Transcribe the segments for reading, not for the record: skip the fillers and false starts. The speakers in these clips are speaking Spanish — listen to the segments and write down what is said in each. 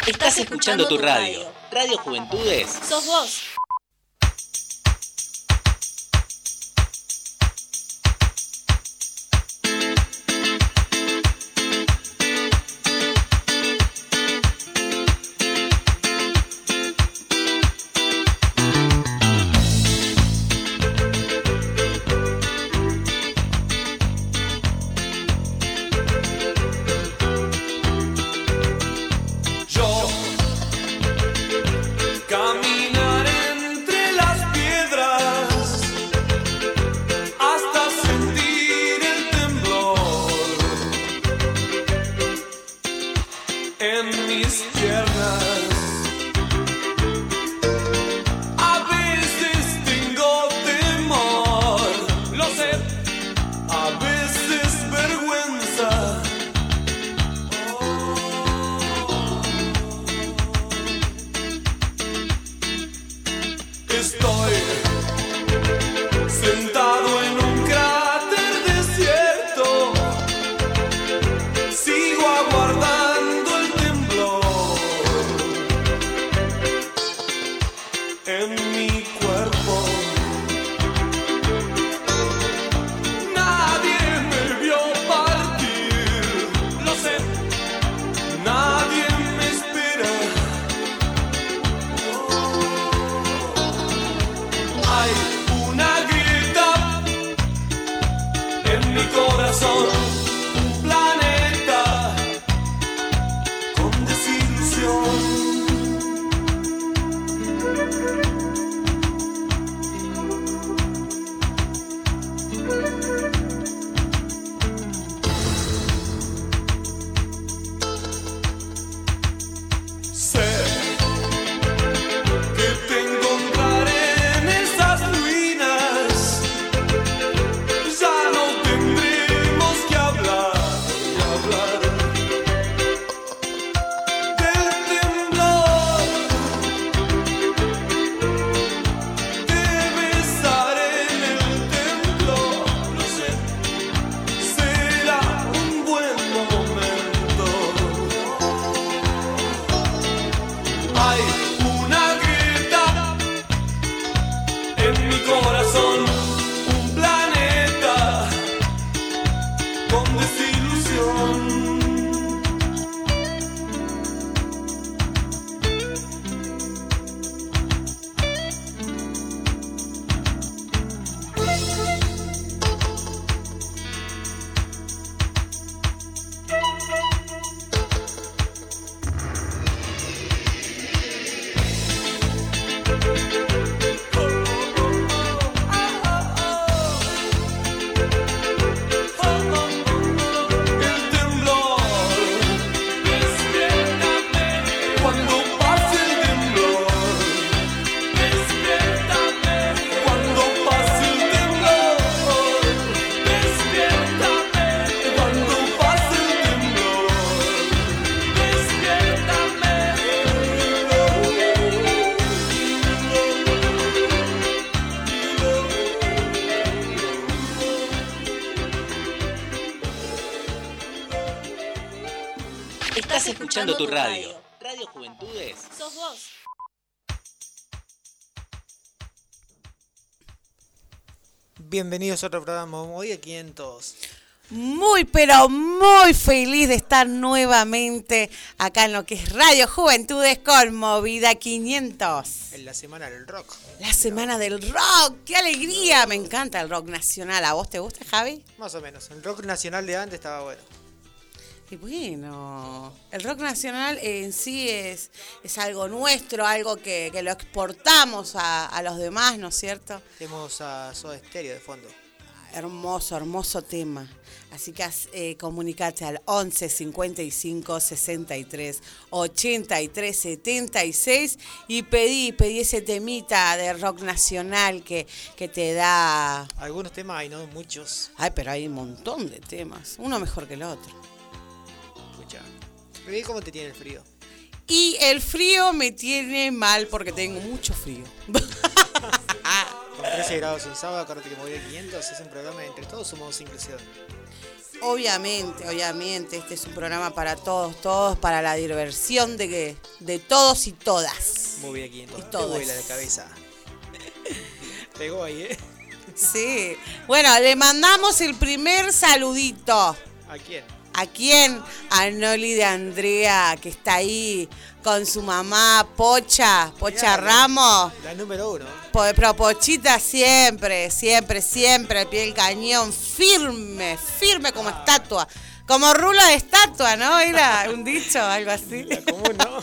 Estás escuchando tu radio. Radio Juventudes. Sos vos. Estás escuchando tu radio. Radio Juventudes. Sos vos. Bienvenidos a otro programa. Hoy aquí en todos. Muy, pero muy feliz de estar nuevamente acá en lo que es Radio Juventudes con Movida 500. En la semana del rock. La semana del rock. ¡Qué alegría! Me encanta el rock nacional. ¿A vos te gusta, Javi? Más o menos. El rock nacional de antes estaba bueno. Y bueno, el rock nacional en sí es algo nuestro, algo que lo exportamos a los demás, ¿no es cierto? Tenemos a Soda Stereo de fondo. Hermoso, hermoso tema. Así que comunicate al 11 55 63 83 76 y pedí ese temita de rock nacional que te da... Algunos temas hay, no muchos. Ay, pero hay un montón de temas, uno mejor que el otro. Escucha, ¿y cómo te tiene el frío? Y el frío me tiene mal porque tengo mucho frío. Con 13 grados un sábado, acordate que Movida 500 es un programa de entre todos sumamos inclusión. Obviamente, este es un programa para todos, para la diversión de todos y todas. Muy bien, aquí. Y todas. Uy, la de cabeza. Pegó ahí, ¿eh? Sí. Bueno, le mandamos el primer saludito. ¿A quién? ¿A quién? A Noli de Andrea, que está ahí con su mamá, Pocha Mirá, Ramos. La número 1. Pero Pochita siempre, al pie del cañón, firme como estatua. Como rulo de estatua, ¿no? Era un dicho, algo así. La común, ¿no?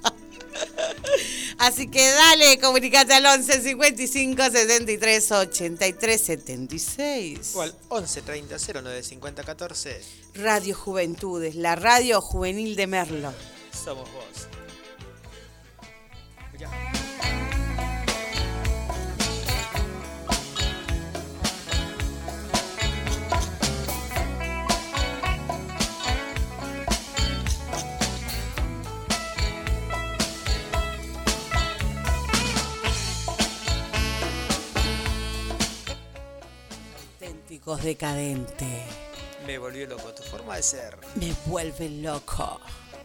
Así que dale, comunicate al 11 55 63 83 76. ¿Cuál? 11 30 09 50 14. Radio Juventudes, la radio juvenil de Merlo. Somos vos. Ya. Auténticos decadentes. Me volvió loco tu forma de ser. Me vuelven loco.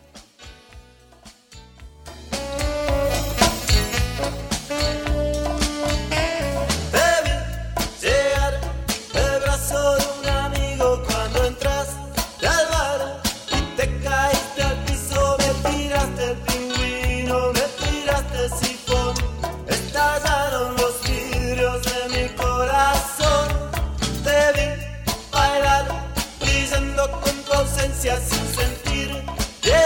Te vi llegar el brazo de un amigo cuando entraste al bar y te caíste al piso, me tiraste el pingüino, me tiraste el sifón, estallaron los vidrios de mi corazón. Te vi bailar, brillando con tu ausencia sin sentir.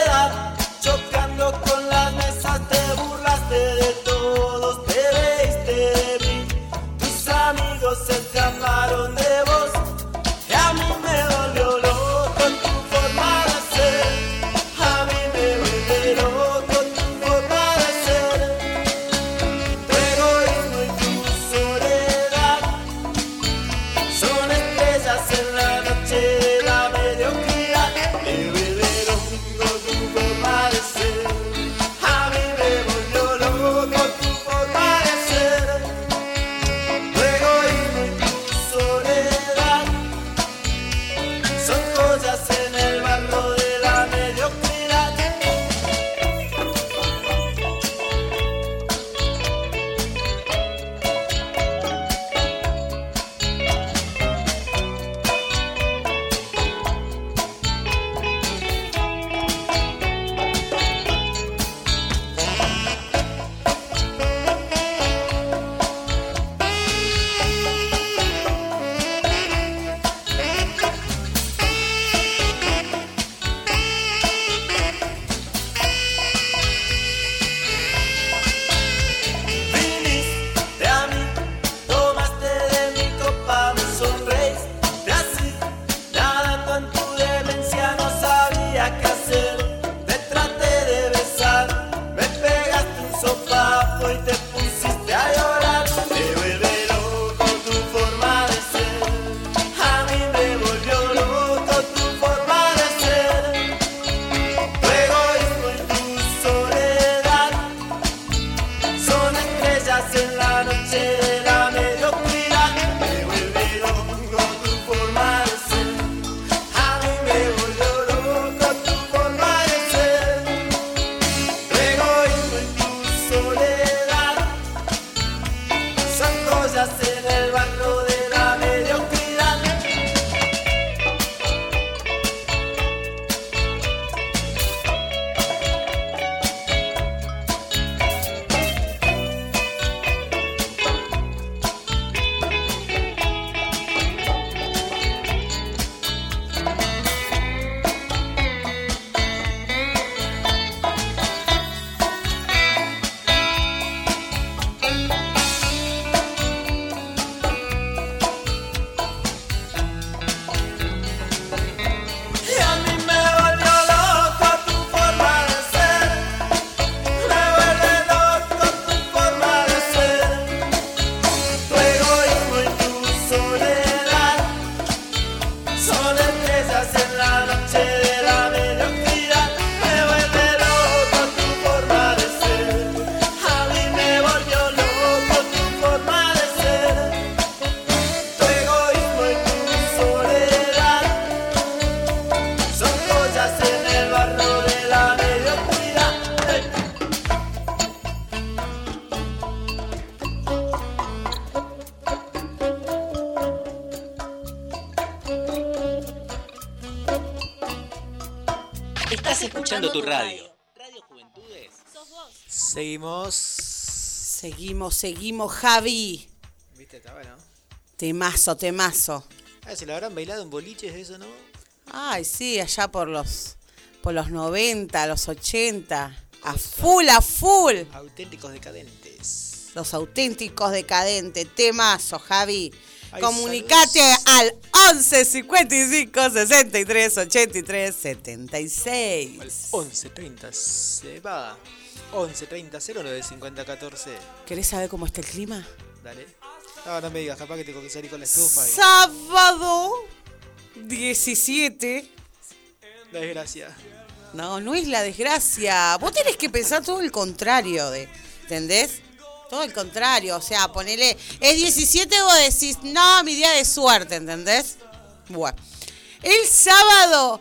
escuchando tu radio. Radio Juventudes. Seguimos, Javi. ¿Viste? Está bueno. Temazo. Se lo habrán bailado en boliches eso, ¿no? Ay, sí, allá por los 90, los 80. A full. Auténticos decadentes. Los auténticos decadentes. Temazo, Javi. Ay, Comunicate saludos. al 11 55 63 83 76. Al 11:30 se va. 11:30 09 50 14. ¿Querés saber cómo está el clima? Dale. No me digas, capaz que tengo que salir con la estufa. Sábado 17. La desgracia. No es la desgracia. Vos tenés que pensar todo el contrario, ¿entendés? Todo el contrario, o sea, ponele, es 17 vos decís, no, mi día de suerte, ¿entendés? Bueno. El sábado,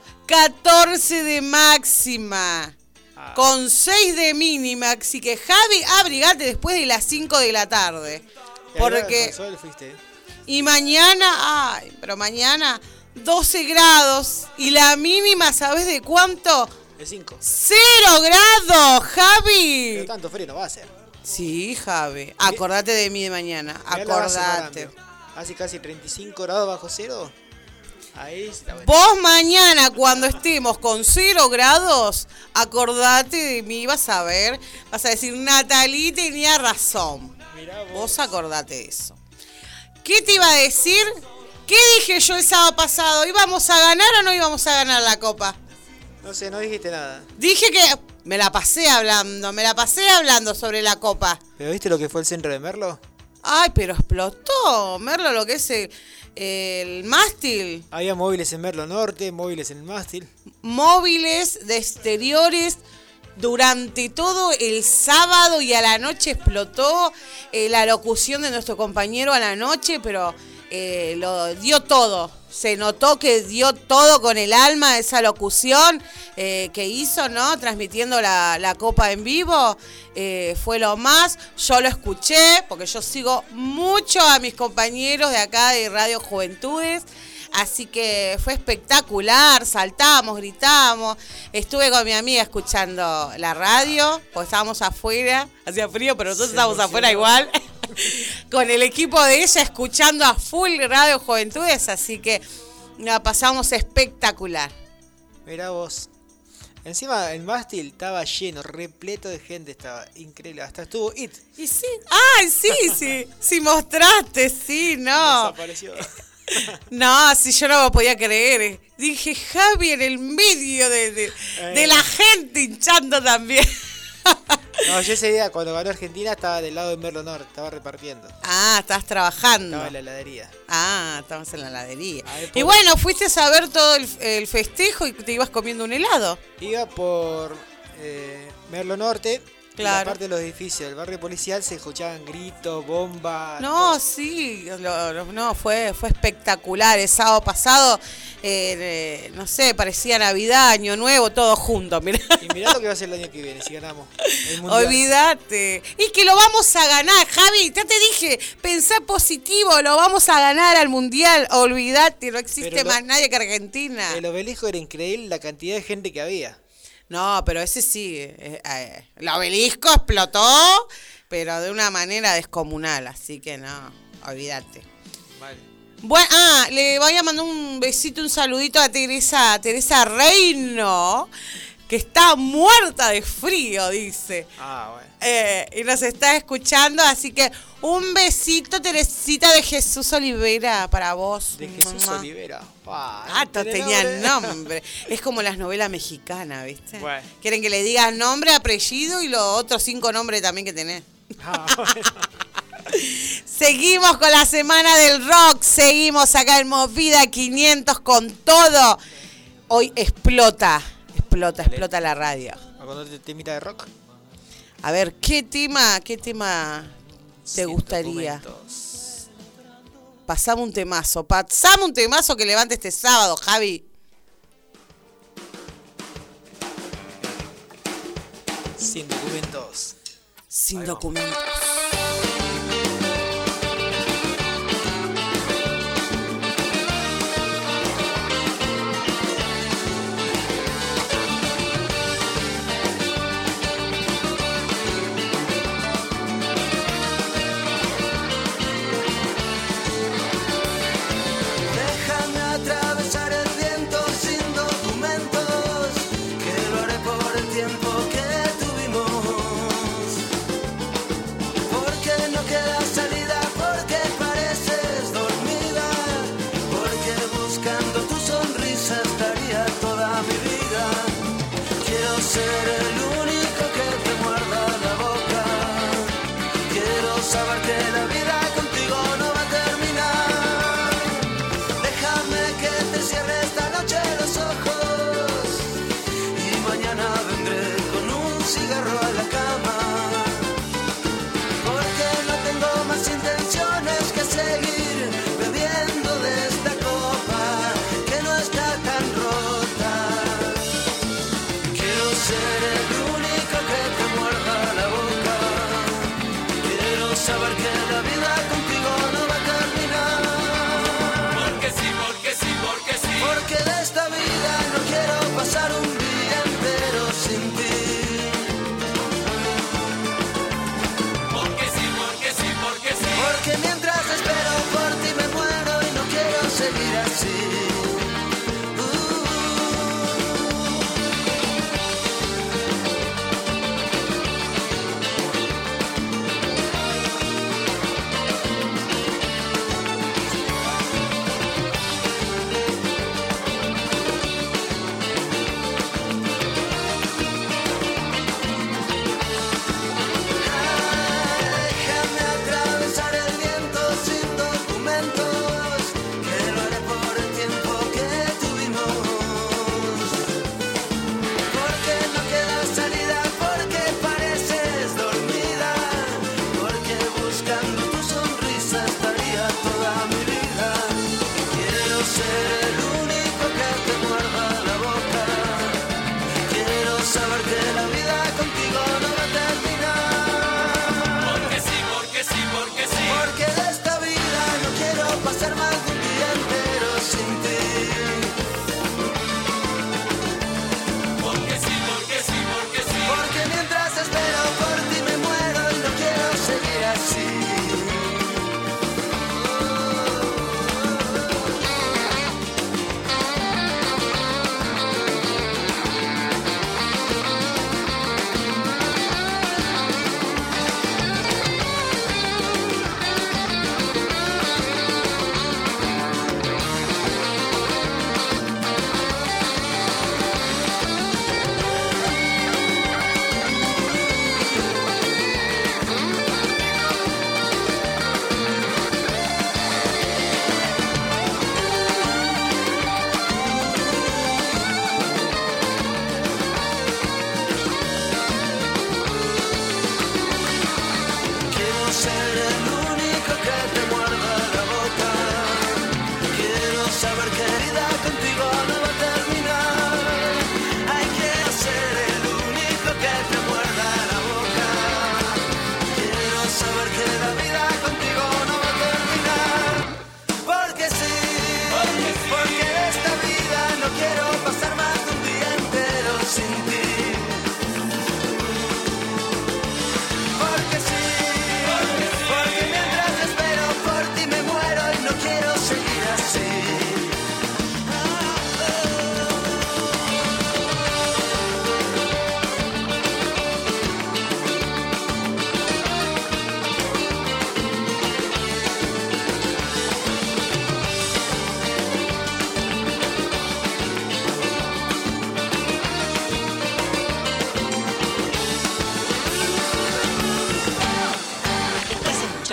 14 de máxima, con 6 de mínima, así que Javi, abrigate después de las 5 de la tarde. Porque... fuiste. Y mañana, pero mañana 12 grados y la mínima, ¿sabés de cuánto? De 5. 0 grados, Javi. Pero tanto frío no va a ser. Sí, Javi. Acordate de mí de mañana. Acordate. Hace casi 35 grados bajo cero. Ahí está bueno. Vos mañana, cuando estemos con 0 grados, acordate de mí, vas a ver. Vas a decir, Natalí tenía razón. Mirá Vos acordate de eso. ¿Qué te iba a decir? ¿Qué dije yo el sábado pasado? ¿Íbamos a ganar o no íbamos a ganar la copa? No sé, no dijiste nada. Dije que me la pasé hablando sobre la copa. ¿Pero viste lo que fue el centro de Merlo? Ay, pero explotó, Merlo, lo que es el mástil. Había móviles en Merlo Norte, móviles en el mástil. Móviles de exteriores durante todo el sábado y a la noche explotó. La locución de nuestro compañero a la noche, pero lo dio todo. Se notó que dio todo con el alma esa locución que hizo, ¿no? Transmitiendo la copa en vivo. Fue lo más. Yo lo escuché porque yo sigo mucho a mis compañeros de acá de Radio Juventudes. Así que fue espectacular, saltamos, gritamos. Estuve con mi amiga escuchando la radio, porque estábamos afuera, hacía frío, pero nosotros estábamos afuera igual. Con el equipo de ella escuchando a full Radio Juventudes, así que la pasamos espectacular. Mirá vos. Encima el mástil estaba lleno, repleto de gente, estaba increíble. Hasta estuvo It. Y sí, sí mostraste, sí, no. Desapareció. No, si yo no lo podía creer. Dije, Javi en el medio de la gente hinchando también. No, yo ese día cuando ganó Argentina estaba del lado de Merlo Norte, estaba repartiendo. Ah, estabas trabajando. Estaba en la heladería. Ah, estabas en la heladería. Ay, Y bueno, fuiste a ver todo el festejo y te ibas comiendo un helado. Iba por Merlo Norte. Claro. En la parte de los edificios del barrio policial se escuchaban gritos, bombas. No, todo. sí, no, fue espectacular. El sábado pasado, no sé, parecía Navidad, Año Nuevo, todo junto, mirá. Y mirá lo que va a ser el año que viene si ganamos el mundial. Olvídate. Y que lo vamos a ganar, Javi. Ya te dije, pensá positivo, lo vamos a ganar al mundial. Olvídate, no existe más nadie que Argentina. El obelisco era increíble la cantidad de gente que había. No, pero ese sí, el obelisco explotó, pero de una manera descomunal, así que no, olvídate. Vale. Bueno, le voy a mandar un besito, un saludito a Teresa Reino, que está muerta de frío, dice. Ah, bueno. Y nos está escuchando, así que un besito, Teresita de Jesús Olivera, para vos. De Jesús Olivera. Tenía nombre. Es como las novelas mexicanas, ¿viste? Bueno. Quieren que le digas nombre, apellido y los otros 5 nombres también que tenés. Bueno. Seguimos con la semana del rock, seguimos acá en Movida 500 con todo. Hoy explota la radio. Cuando te imita de rock. A ver, ¿qué tema te gustaría? Documentos. Pasame un temazo que levante este sábado, Javi. Sin documentos. Sin documentos.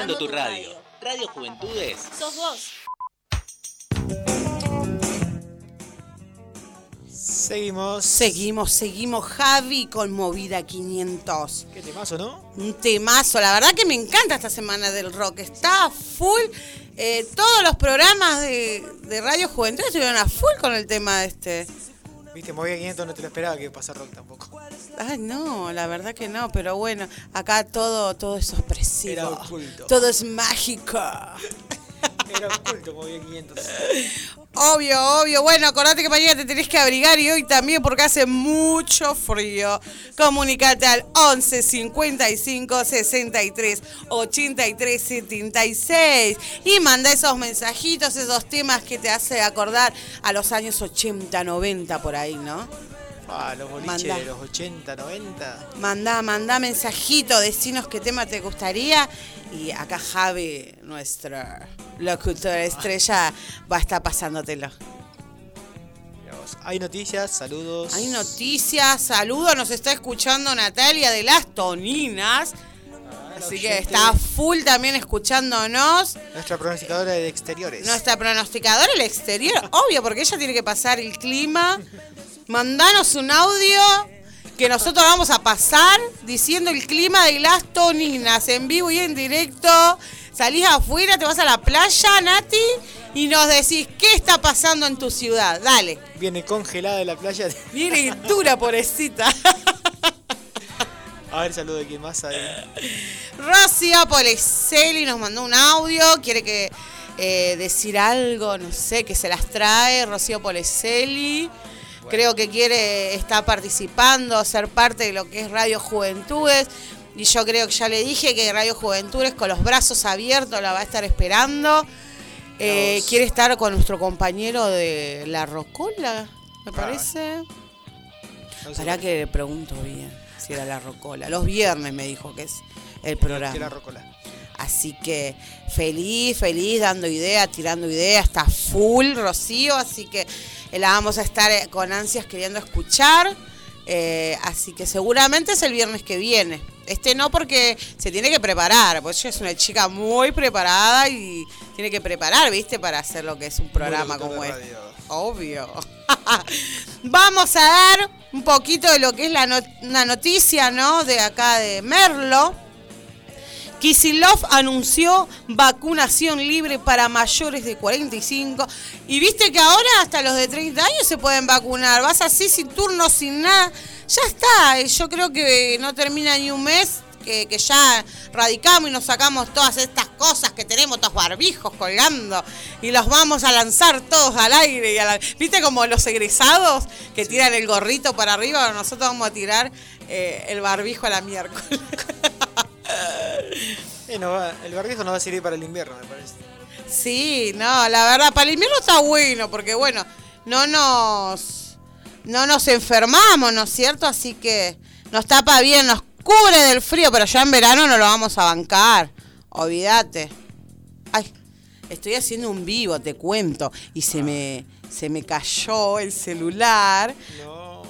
escuchando tu radio. Radio Juventudes. Sos vos. Seguimos, Javi, con Movida 500. ¿Qué temazo, no? Un temazo, la verdad que me encanta esta semana del rock. Está full. Todos los programas de Radio Juventud estuvieron a full con el tema este. Viste, Movida 500 no te lo esperaba que pase rock tampoco. Ay, no, la verdad que no, pero bueno, acá todo es expresivo. Era oculto. Todo es mágico. Era oculto Movida 500. Obvio. Bueno, acordate que mañana te tenés que abrigar y hoy también porque hace mucho frío. Comunicate al 11 55 63 83 76 y manda esos mensajitos, esos temas que te hace acordar a los años 80, 90 por ahí, ¿no? Los boliches de los 80, 90. Mandá mensajito, decinos qué tema te gustaría. Y acá Javi, nuestro locutor estrella, va a estar pasándotelo. Hay noticias, saludos. Saludos, nos está escuchando Natalia de Las Toninas. Así que está full también escuchándonos. Nuestra pronosticadora de exteriores. Nuestra pronosticadora del exterior, obvio, porque ella tiene que pasar el clima. Mandanos un audio que nosotros vamos a pasar diciendo el clima de Las Toninas en vivo y en directo. Salís afuera, te vas a la playa, Nati, y nos decís qué está pasando en tu ciudad. Dale. Viene congelada de la playa. Viene dura, pobrecita. A ver, saludo de quién más hay. Rocío Poleseli nos mandó un audio, quiere que decir algo, no sé, que se las trae. Rocío Poleseli. Creo que quiere estar participando, ser parte de lo que es Radio Juventudes. Y yo creo que ya le dije que Radio Juventudes con los brazos abiertos la va a estar esperando. Quiere estar con nuestro compañero de La Rocola, me parece. Para que le pregunto bien si era La Rocola. Los viernes me dijo que es el programa. La Rocola. Así que feliz, dando ideas, tirando ideas, está full Rocío, así que la vamos a estar con ansias queriendo escuchar, así que seguramente es el viernes que viene. No porque se tiene que preparar, pues ella es una chica muy preparada y tiene que preparar, ¿viste? Para hacer lo que es un programa como este. Obvio. Vamos a dar un poquito de lo que es una noticia, ¿no? De acá de Merlo. Kicillof anunció vacunación libre para mayores de 45. Y viste que ahora hasta los de 30 años se pueden vacunar. Vas así sin turno, sin nada. Ya está. Yo creo que no termina ni un mes que ya radicamos y nos sacamos todas estas cosas que tenemos, estos barbijos colgando. Y los vamos a lanzar todos al aire. ¿Viste como los egresados que tiran el gorrito para arriba? Nosotros vamos a tirar el barbijo a la miércoles. El barbijo no va a servir para el invierno, me parece. Sí, no, la verdad, para el invierno está bueno, porque bueno, no nos enfermamos, ¿no es cierto? Así que nos tapa bien, nos cubre del frío, pero ya en verano no lo vamos a bancar, olvídate. Ay, estoy haciendo un vivo, te cuento, y se me cayó el celular. No.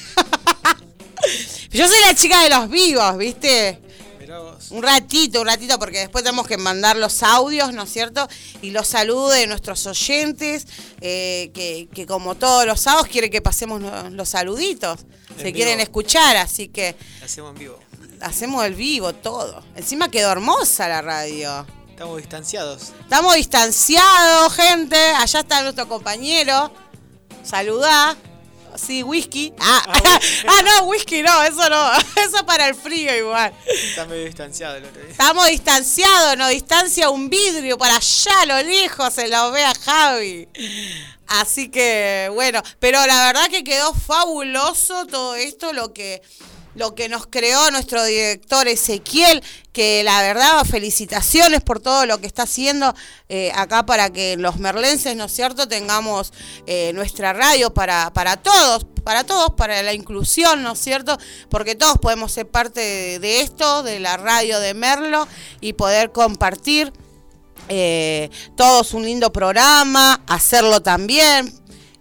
Yo soy la chica de los vivos, ¿viste? Vos. Un ratito, porque después tenemos que mandar los audios, ¿no es cierto? Y los saludos de nuestros oyentes, que como todos los sábados quieren que pasemos los saluditos. Se quieren escuchar, así que... Hacemos en vivo. Hacemos el vivo, todo. Encima quedó hermosa la radio. Estamos distanciados. Estamos distanciados, gente. Allá está nuestro compañero. Saludá. Sí, whisky. No, whisky no, eso no. Eso para el frío igual. Está medio distanciado el otro día. Estamos distanciados, nos distancia un vidrio para allá a lo lejos, se lo ve a Javi. Así que, bueno, pero la verdad que quedó fabuloso todo esto, lo que nos creó nuestro director Ezequiel, que la verdad, felicitaciones por todo lo que está haciendo acá para que los merlenses, ¿no es cierto?, tengamos nuestra radio para todos, para la inclusión, ¿no es cierto?, porque todos podemos ser parte de esto, de la radio de Merlo, y poder compartir todos un lindo programa, hacerlo también.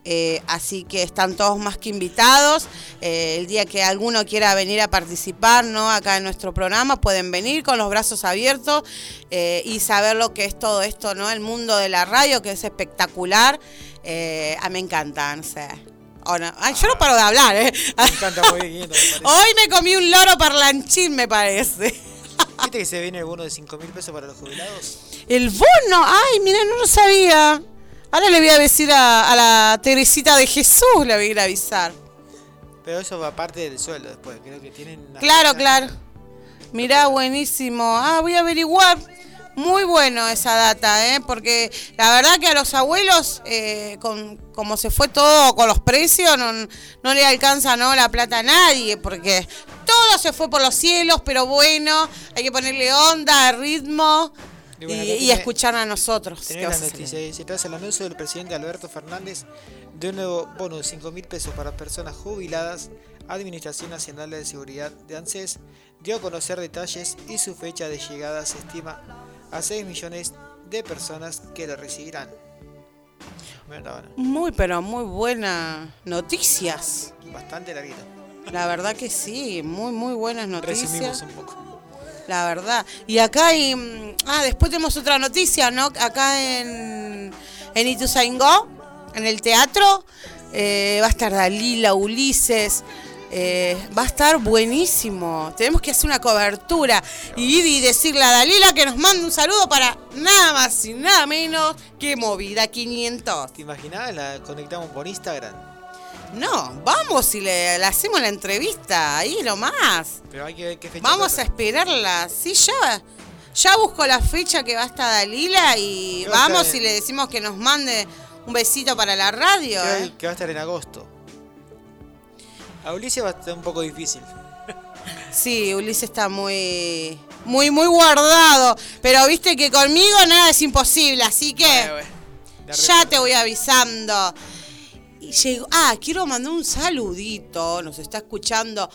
Así que están todos más que invitados. El día que alguno quiera venir a participar, ¿no? Acá en nuestro programa, pueden venir con los brazos abiertos y saber lo que es todo esto, ¿no? El mundo de la radio, que es espectacular. Me encanta, no sé. Ay, yo no paro de hablar, ¿eh? Me encanta muy bien, me parece. Hoy me comí un loro parlanchín, me parece. ¿Viste que se viene el bono de 5.000 pesos para los jubilados? El bono, ay, mira, no lo sabía. Ahora le voy a decir a la Teresita de Jesús, le voy a ir a avisar. Pero eso va aparte del sueldo después, creo que tienen... Claro. Mirá, buenísimo. Voy a averiguar. Muy bueno esa data, porque la verdad que a los abuelos, como se fue todo con los precios, no le alcanza, ¿no?, la plata a nadie, porque todo se fue por los cielos, pero bueno, hay que ponerle onda, ritmo y escuchar a nosotros. Tenés la noticia, se trata el anuncio del presidente Alberto Fernández de un nuevo bono de 5.000 pesos para personas jubiladas. Administración Nacional de Seguridad de ANSES dio a conocer detalles y su fecha de llegada se estima a 6 millones de personas que lo recibirán. Muy buenas noticias. Bastante larguito. La verdad que sí, muy buenas noticias. Resumimos un poco. La verdad. Y acá hay... después tenemos otra noticia, ¿no? Acá en Ituzaingó, en el teatro, va a estar Dalila, Ulises... va a estar buenísimo. Tenemos que hacer una cobertura y decirle a Dalila que nos mande un saludo para nada más y nada menos que Movida 500. ¿Te imaginás? La conectamos por Instagram. No, vamos y le hacemos la entrevista ahí nomás. Pero hay que ver qué fecha. Vamos a esperarla. Sí, ya busco la fecha que va a estar Dalila y vamos y le decimos que nos mande un besito para la radio. Que va a estar en agosto. A Ulises va a estar un poco difícil. Sí, Ulises está muy guardado. Pero viste que conmigo nada es imposible, así que ya te voy avisando. Y llegó, quiero mandar un saludito. Nos está escuchando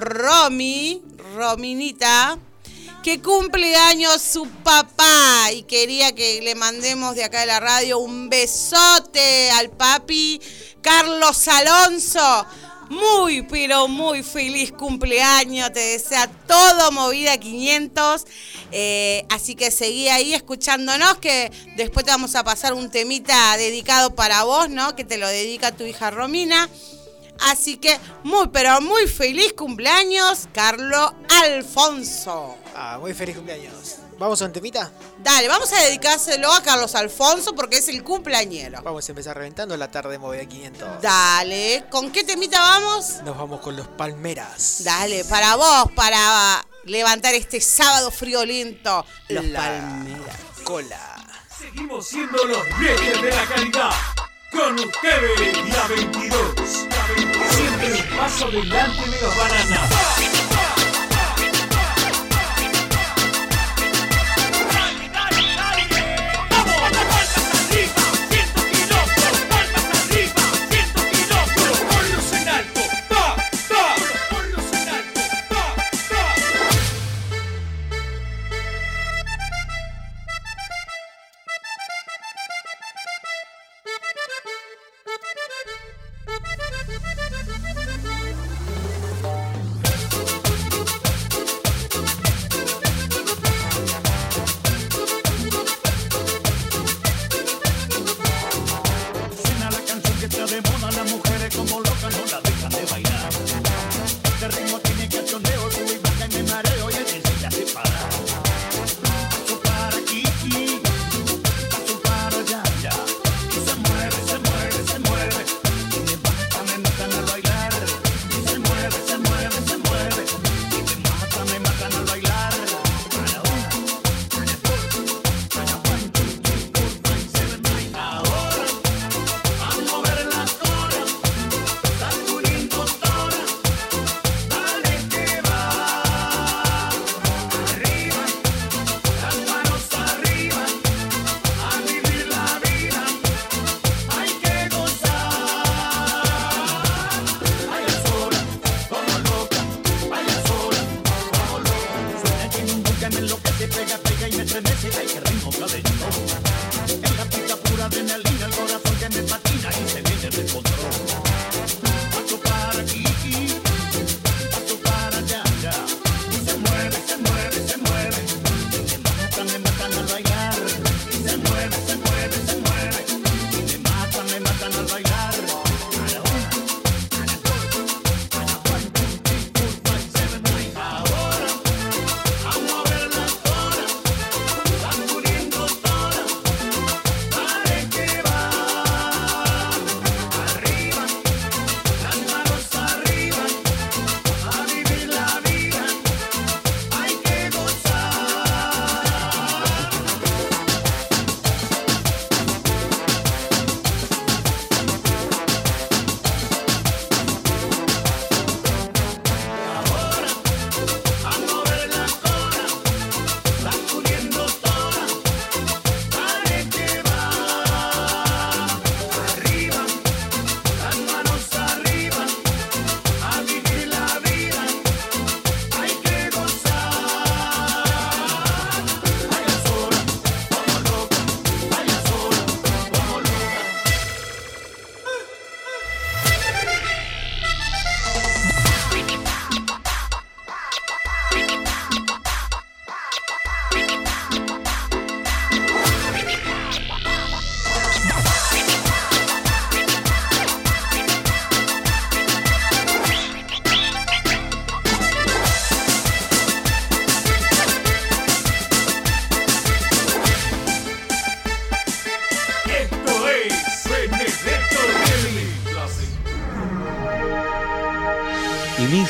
Rominita, que cumple años su papá. Y quería que le mandemos de acá de la radio un besote al papi Carlos Alonso. Muy, pero muy feliz cumpleaños, te desea todo Movida 500, así que seguí ahí escuchándonos, que después te vamos a pasar un temita dedicado para vos, ¿no? Que te lo dedica tu hija Romina, así que muy, pero muy feliz cumpleaños, Carlos Alfonso. Muy feliz cumpleaños. ¿Vamos a un temita? Dale, vamos a dedicárselo a Carlos Alfonso porque es el cumpleañero. Vamos a empezar reventando la tarde de Movida 500. Dale, ¿con qué temita vamos? Nos vamos con los Palmeras. Dale, para vos, para levantar este sábado friolento, los Palmeras. Cola. Seguimos siendo los reyes de la calidad. Con ustedes, la 22. Siempre un paso delante de los bananas.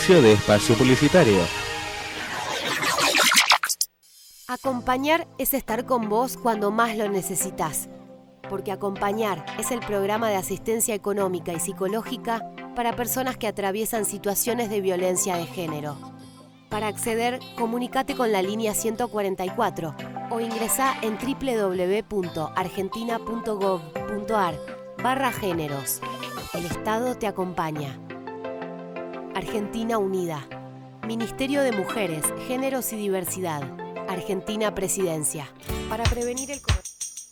inicio de espacio publicitario. Acompañar es estar con vos cuando más lo necesitas. Porque Acompañar es el programa de asistencia económica y psicológica para personas que atraviesan situaciones de violencia de género. Para acceder, comunícate con la línea 144 o ingresá en www.argentina.gov.ar/géneros. El Estado te acompaña. Argentina Unida. Ministerio de Mujeres, Géneros y Diversidad. Argentina Presidencia. Para prevenir el coronavirus.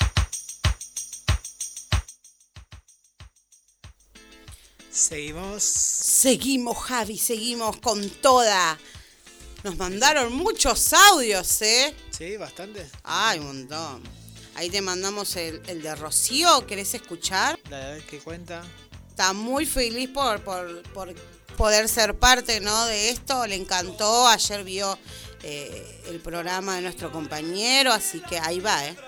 Seguimos, Javi, seguimos con toda. Nos mandaron muchos audios, ¿eh? Sí, bastante. Ay, un montón. Ahí te mandamos el de Rocío, ¿querés escuchar? La vez que cuenta. Está muy feliz por poder ser parte, ¿no?, de esto. Le encantó, ayer vio el programa de nuestro compañero, así que ahí va, ¿eh?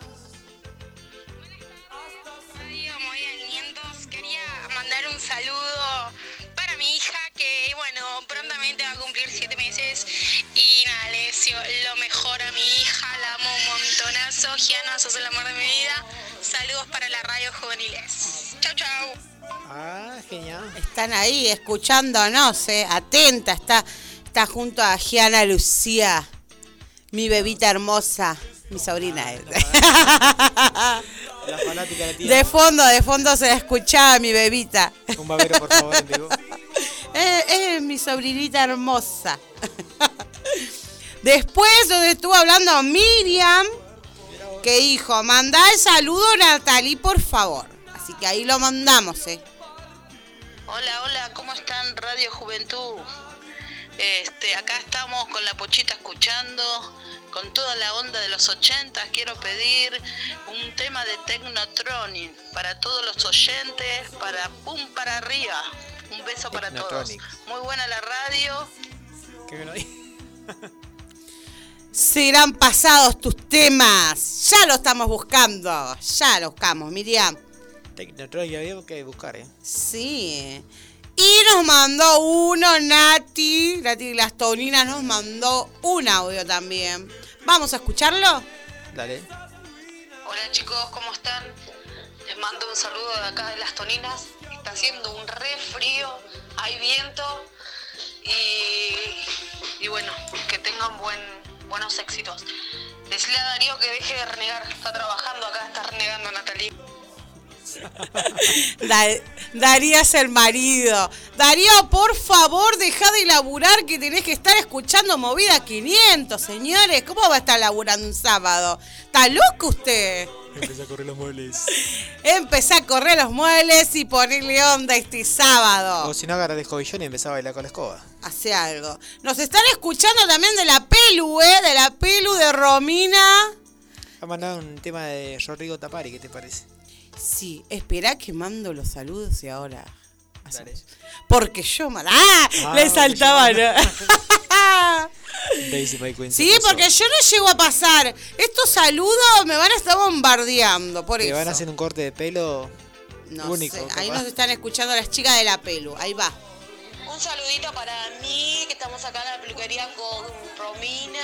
Mandar un saludo para mi hija que, bueno, prontamente va a cumplir 7 meses y nada, le deseo lo mejor a mi hija, la amo un montonazo. Giana, sos el amor de mi vida. Saludos para la radio juveniles. Chau, chau. Ah, genial. Están ahí escuchándonos, atenta, está junto a Giana Lucía, mi bebita hermosa, mi sobrina. La fanática de tía. De fondo se la escuchaba mi bebita. Un babero, por favor, en vivo. Es mi sobrinita hermosa. Después, donde estuvo hablando Miriam, que dijo, mandá el saludo a Natalie, por favor. Así que ahí lo mandamos, Hola, ¿cómo están, Radio Juventud? Acá estamos con la Pochita escuchando, con toda la onda de los 80. Quiero pedir un tema de Technotronic para todos los oyentes, para pum para arriba. Un beso para todos. Muy buena la radio. Qué bueno. Serán pasados tus temas. Ya lo estamos buscando. Ya lo buscamos, Miriam. Technotronic, había que buscar, Sí. Y nos mandó uno, Nati Las Toninas nos mandó un audio también. ¿Vamos a escucharlo? Dale. Hola chicos, ¿cómo están? Les mando un saludo de acá de Las Toninas. Está haciendo un re frío, hay viento y bueno, que tengan buenos éxitos. Decirle a Darío que deje de renegar, está trabajando acá, está renegando Natalie. Darío es el marido. Darío, por favor, deja de laburar, que tenés que estar escuchando Movida 500, señores. ¿Cómo va a estar laburando un sábado? ¿Está loco usted? Empecé a correr los muebles. Empecé a correr los muebles y ponerle onda este sábado. O si no, agarra el escobillón y empezá a bailar con la escoba. Hace algo. Nos están escuchando también de la Pelu, de la Pelu de Romina. Ha mandado un tema de Rodrigo Tapari, ¿qué te parece? Sí, espera que mando los saludos y ahora. Dale. Porque yo le saltaba, ¿no? Sí, porque yo no llego a pasar. Estos saludos me van a estar bombardeando, por eso. Te van a hacer un corte de pelo no único. Sé. Ahí nos están escuchando las chicas de la Pelu. Ahí va. Un saludito para mí, que estamos acá en la peluquería con Romina.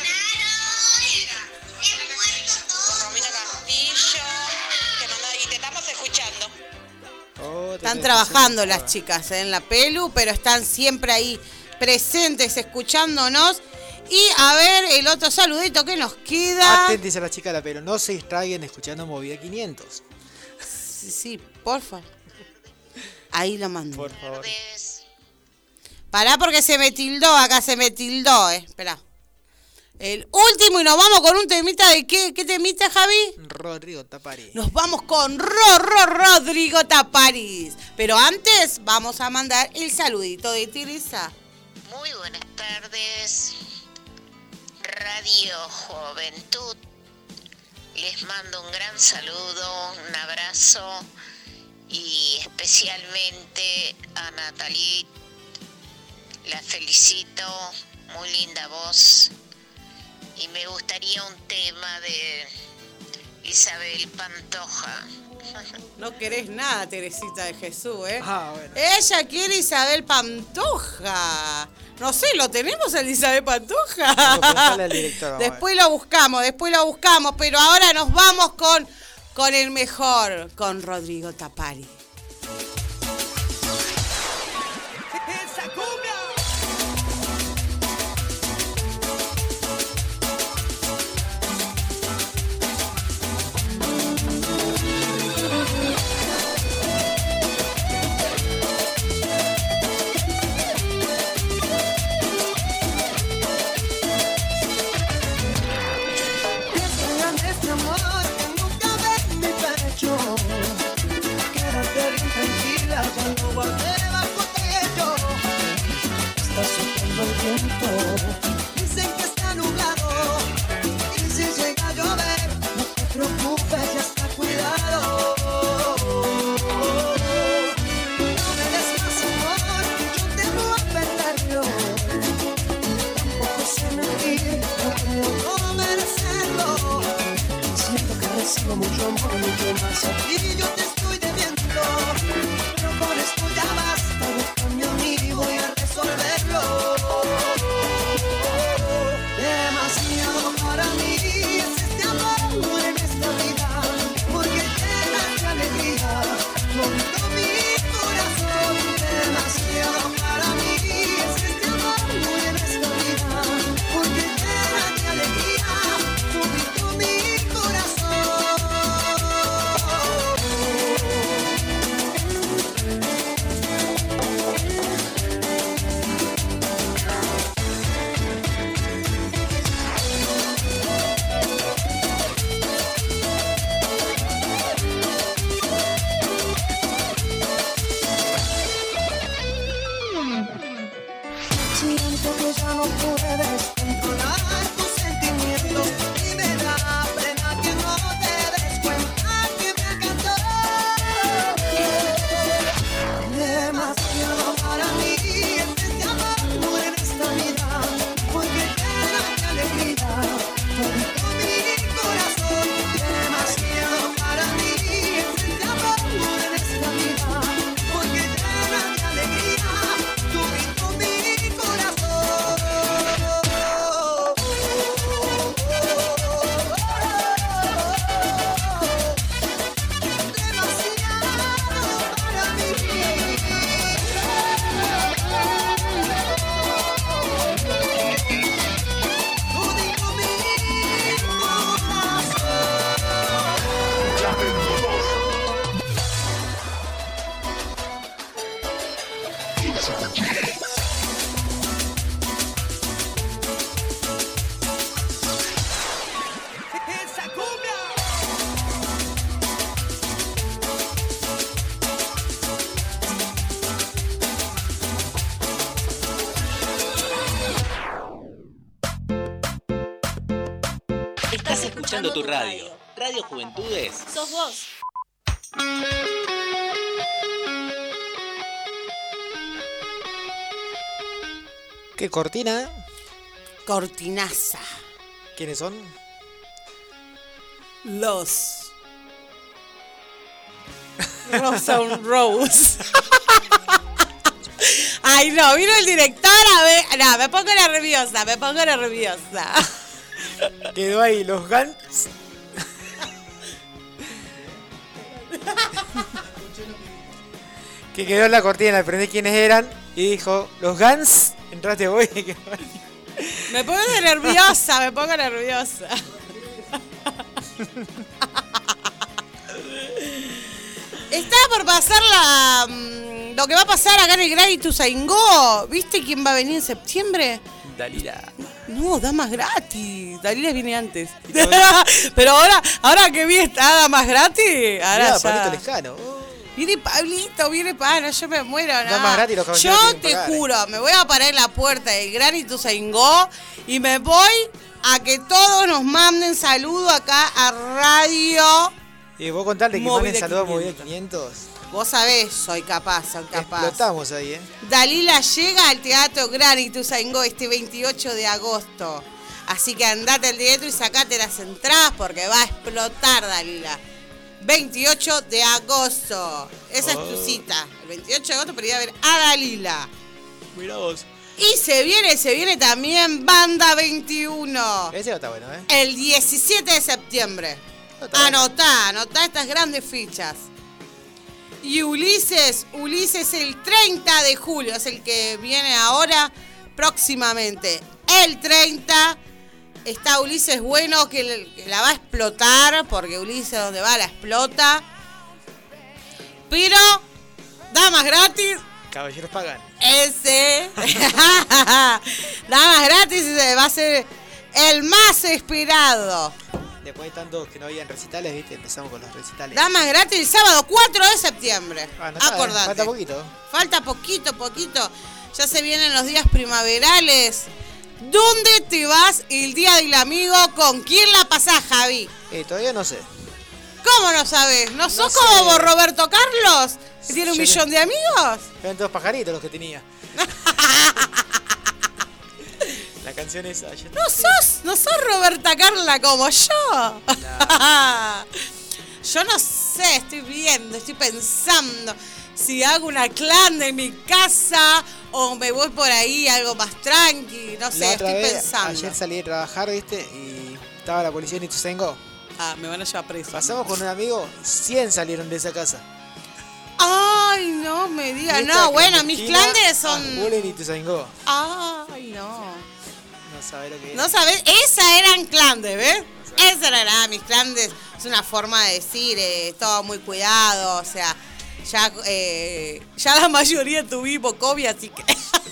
Con Romina Castillo. Y te estamos escuchando. Están trabajando las chicas en la Pelu, pero están siempre ahí presentes escuchándonos. Y a ver el otro saludito que nos queda. Atentis a la chica de la Pelu, no se distraigan escuchando Movida 500. Sí, porfa. Ahí lo mando. Por favor. Pará porque se me tildó, Esperá. El último y nos vamos con un temita de ¿qué temita, Javi? Rodrigo Tapari. Nos vamos con Rodrigo Taparis. Pero antes vamos a mandar el saludito de Teresa. Muy buenas tardes, Radio Juventud. Les mando un gran saludo, un abrazo y especialmente a Natalie. La felicito, muy linda voz. Y me gustaría un tema de Isabel Pantoja, No querés nada, Teresita de Jesús, ¿eh? Ah, bueno. Ella quiere Isabel Pantoja. No sé, ¿lo tenemos el Isabel Pantoja? Vamos a preguntarle al director, vamos a ver. Después lo buscamos, pero ahora nos vamos con el mejor, con Rodrigo Tapari. Dicen que está nublado y si llega a llover, no te preocupes, ya está cuidado. No me des más amor, yo temo a perderlo. Tampoco sé mentir, no creo no merecerlo. Siento que recibo mucho amor, mucho más a ti, yo te estoy debiendo. Pero por esto ya basta, buscando a mí y voy a resolverlo. Demasiado para mí es este amor en esta vida, porque llena de alegría todo mi corazón. Demasiado para mí es este amor en esta vida, porque llena de alegría todo mi corazón. Siento que ya no puedes controlar tus sentimientos y me da pena que no te des cuenta que me encantó. Demasiado para mí es este amor en esta vida, porque llena de alegría todo mi corazón. Demasiado para mí es este amor en esta vida, porque llena de alegría todo mi corazón. Demasiado para mí. Todo mi ¡esa cumbia! Estás escuchando tu radio. Radio Juventudes. Sos vos. ¿Qué cortina? Cortinaza. ¿Quiénes son? Los Rosa Rose. Ay, no, vino el director a ver. No, me pongo nerviosa. Quedó ahí los Guns. Que quedó en la cortina, aprendí quiénes eran y dijo, los Guns, entraste vos y quedó ahí. Me pongo nerviosa. Está por pasar lo que va a pasar acá en el Gran Ituzaingó. ¿Viste quién va a venir en septiembre? Dalila. No, Damas Gratis. Dalila viene antes. Pero ahora que vi esta Damas Gratis, ahora Mirá, ya. Pablito Lescano. Viene Pablito, viene Pablo, yo me muero, ¿no? Damas Gratis, los caballeros Yo tienen que te pagar, juro, me voy a parar en la puerta del Gran Ituzaingó y me voy a que todos nos manden saludo acá a Radio. Y vos contarle que Movida manden saludos a Movida 500. 500. Vos sabés, soy capaz. Explotamos ahí, ¿eh? Dalila llega al Teatro Gran Ituzaingó este 28 de agosto. Así que andate al teatro y sacate las entradas porque va a explotar, Dalila. 28 de agosto. Esa es tu cita. El 28 de agosto para ir a ver a Dalila. Mirá vos. Y se viene también Banda 21. Ese está bueno, El 17 de septiembre. Anotá estas grandes fichas. Y Ulises el 30 de julio, es el que viene ahora próximamente. El 30 está Ulises Bueno, que la va a explotar, porque Ulises donde va la explota. Pero, damas gratis. Caballeros pagan. Ese. Damas gratis va a ser el más esperado. Después de tantos que no habían recitales, ¿viste? Empezamos con los recitales. Damas gratis el sábado 4 de septiembre. Acordate. Falta poquito. Falta poquito. Ya se vienen los días primaverales. ¿Dónde te vas el día del amigo? ¿Con quién la pasás, Javi? Todavía no sé. ¿Cómo no sabes? ¿No sos como vos, Roberto Carlos? ¿Que tiene un millón de amigos? Eran todos pajaritos los que tenía. La canción esa. No sos Roberta Carla como yo. No. Yo no sé, estoy pensando si hago una clan en mi casa o me voy por ahí algo más tranqui, no sé, estoy pensando. Ayer salí a trabajar, ¿viste? Y estaba la policía en Ituzaingó. Me van a llevar preso. Pasamos con un amigo, 100 salieron de esa casa. Ay, no me digas, no, bueno, mis clandes son... en Ituzaingó. Ay, no. No sabés lo que era. No sabés, esas eran clandes, ¿ves? Esas eran mis clandes. Es una forma de decir, todo muy cuidado, o sea, ya la mayoría tuvimos COVID, así que...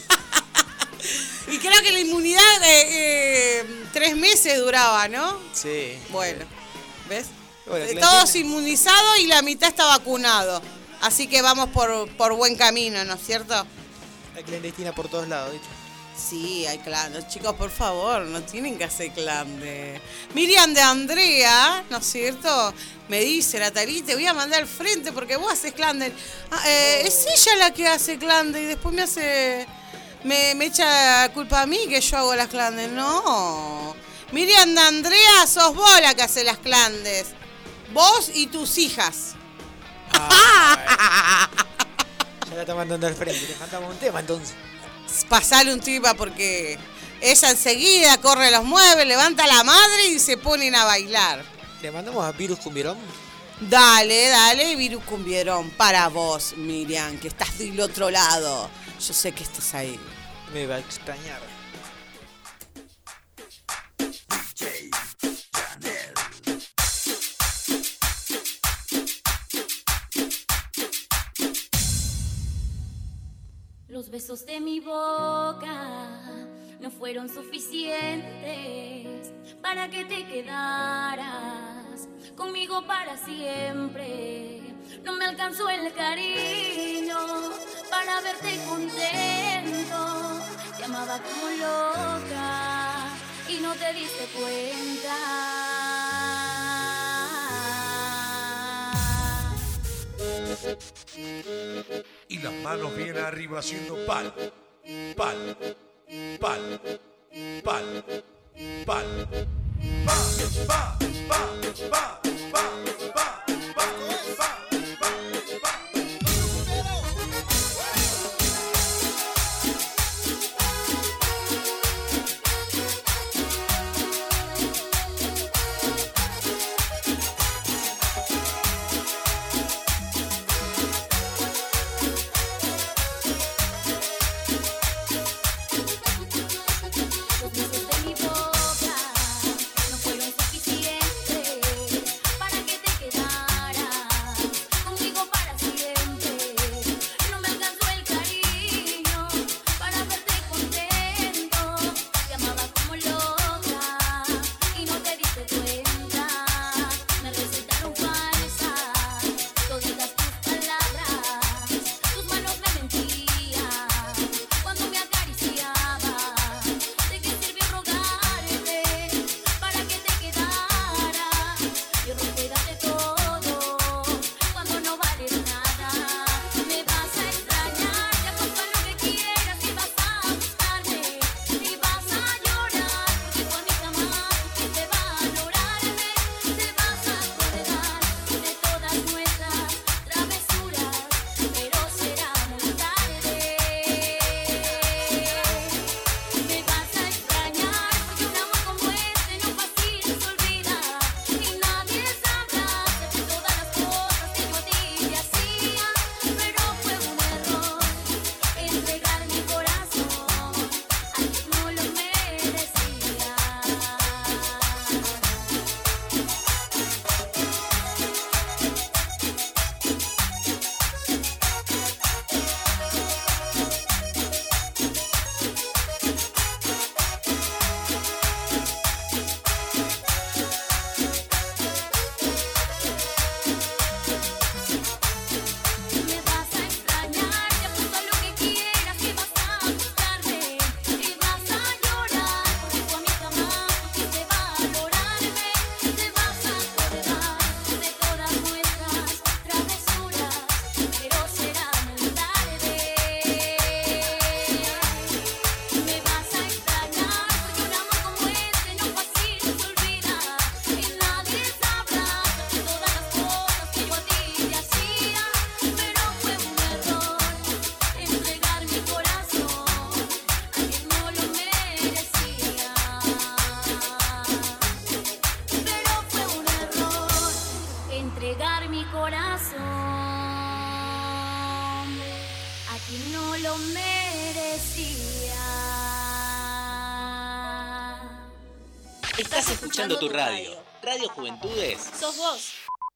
Y creo que la inmunidad 3 meses duraba, ¿no? Sí. Bueno, ¿ves? Bueno, todos inmunizados y la mitad está vacunado. Así que vamos por buen camino, ¿no es cierto? Hay clandestina por todos lados, ¿viste? Sí, hay clan. Chicos, por favor, no tienen que hacer clan de... Miriam de Andrea, ¿no es cierto? Me dice, Natalie, te voy a mandar al frente porque vos haces clan de... Es ella la que hace clan de y después me hace... Me echa culpa a mí que yo hago las clandes. No. Miriam de Andrea, sos vos la que hace las clandes. Vos y tus hijas. Ya la está mandando al frente. Le mandamos un tema entonces. Pasale un tipa porque ella enseguida corre los muebles, levanta a la madre y se ponen a bailar. ¿Le mandamos a Virus Cumbierón? Dale, Virus Cumbierón. Para vos, Miriam, que estás del otro lado. Yo sé que estás ahí. Me va a extrañar. Los besos de mi boca no fueron suficientes para que te quedaras conmigo para siempre. No me alcanzó el cariño para verte contento. Te amaba como loca y no te diste cuenta. Y las manos bien arriba haciendo pal, pal, pal, pal, pal, pa, pa, pa, pa, pa, pa, pa, pa. Los besos de mi boca no fueron suficientes para que te quedaras Estás escuchando tu radio. Radio Juventudes. Sos vos.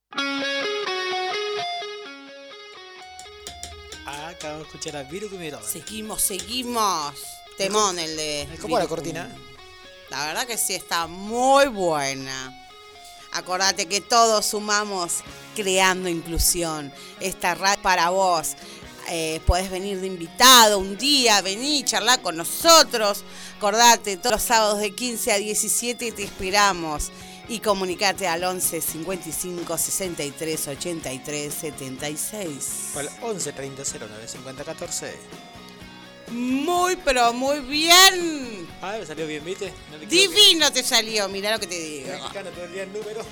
Acabamos de escuchar a Viru Kumiro. Seguimos. Temón el de... ¿Cómo la cortina? La verdad que sí, está muy buena. Acordate que todos sumamos creando inclusión. Esta radio para vos. Podés venir de invitado un día, vení, charlar con nosotros. Acordate, todos los sábados de 15 a 17 te esperamos. Y comunicate al 11 55 63 83 76. O al 11 30 09 50 14. Muy, pero muy bien. Ah, me salió bien, ¿viste? No te Divino te salió, mirá lo que te digo. Mexicano todo el día el número.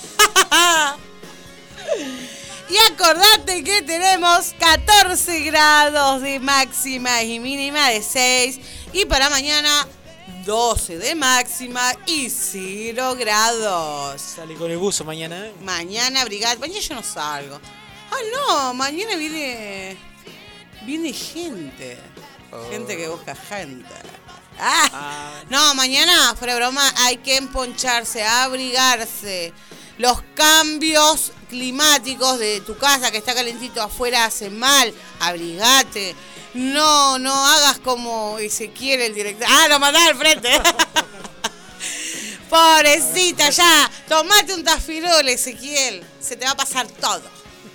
Y acordate que tenemos 14 grados de máxima y mínima de 6. Y para mañana 12 de máxima y 0 grados. Salí con el buzo mañana. Mañana abrigate. Mañana yo no salgo. Ah, no, mañana viene gente. Gente que busca gente. No, mañana, fuera de broma, hay que emponcharse, abrigarse. Los cambios climáticos de tu casa que está calentito afuera hacen mal. Abrigate. No hagas como Ezequiel, el director. Lo mandá al frente. Pobrecita, ya. Tomate un tafirol, Ezequiel. Se te va a pasar todo.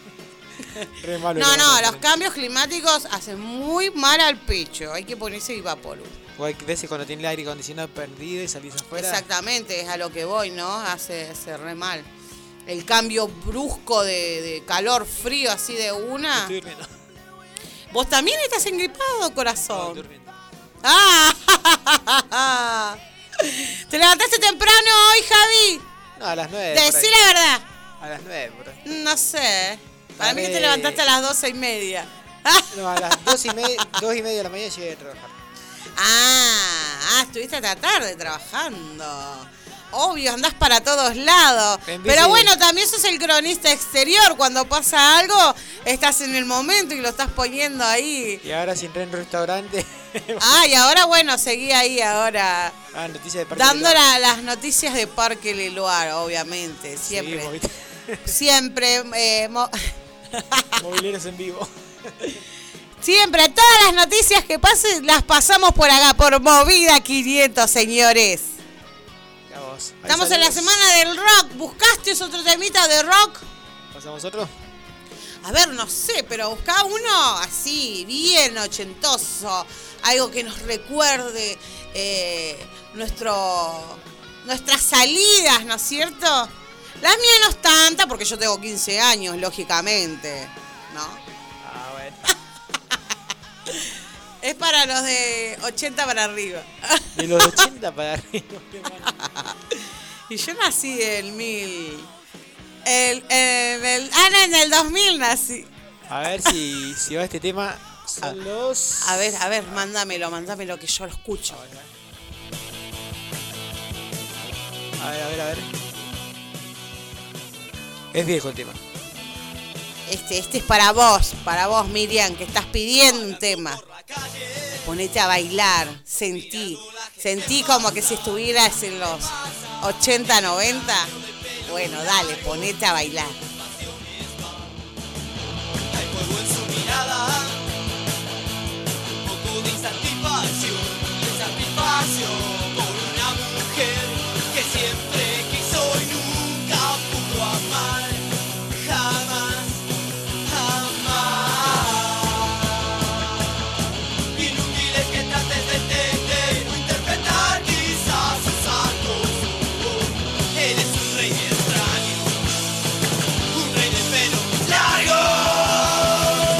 No, los cambios climáticos hacen muy mal al pecho. Hay que ponerse Vivaporub. O hay veces cuando tiene el aire acondicionado perdido y salís afuera. Exactamente, es a lo que voy, ¿no? Hace re mal. El cambio brusco de calor, frío, así de una. Estoy durmiendo. ¿Vos también estás engripado, corazón? No, estoy durmiendo. ¿Te levantaste temprano hoy, Javi? No, a las 9. Decí la verdad. A las 9, por ahí. No sé. Para mí que te levantaste a las 12:30. No, a las 2:30 de la mañana llegué a trabajar. Estuviste hasta tarde trabajando. Obvio, andás para todos lados. Pero bueno, también sos el cronista exterior. Cuando pasa algo, estás en el momento y lo estás poniendo ahí. Y ahora si entré en un restaurante. Y ahora bueno, seguí ahí ahora. Noticias de Parque dando las noticias de Parque Leloir, obviamente. Siempre. Seguimos, siempre. Mobileros en vivo. Siempre, todas las noticias que pasen las pasamos por acá, por Movida 500, señores. Estamos en la semana del rock. ¿Buscaste otro temita de rock? ¿Pasamos otro? A ver, no sé, pero buscá uno así, bien ochentoso. Algo que nos recuerde nuestras salidas, ¿no es cierto? Las mías no es tanta, porque yo tengo 15 años, lógicamente, ¿no? Bueno. Es para los de 80 para arriba. De los 80 para arriba. Y yo nací en el 2000 nací. A ver si va este tema. Son los... A ver, mándamelo que yo lo escucho. A ver. Es viejo el tema. Este es para vos, Miriam, que estás pidiendo un tema. Ponete a bailar, sentí como que si estuvieras en los 80, 90. Bueno, dale, ponete a bailar. Hay fuego en su mirada, un poco de insatisfacción por una mujer que siempre quiso y nunca pudo amar, jamás. Inútiles que trates de entender o interpretar quizás sus actos. Él es un rey extraño, un rey de pelo largo.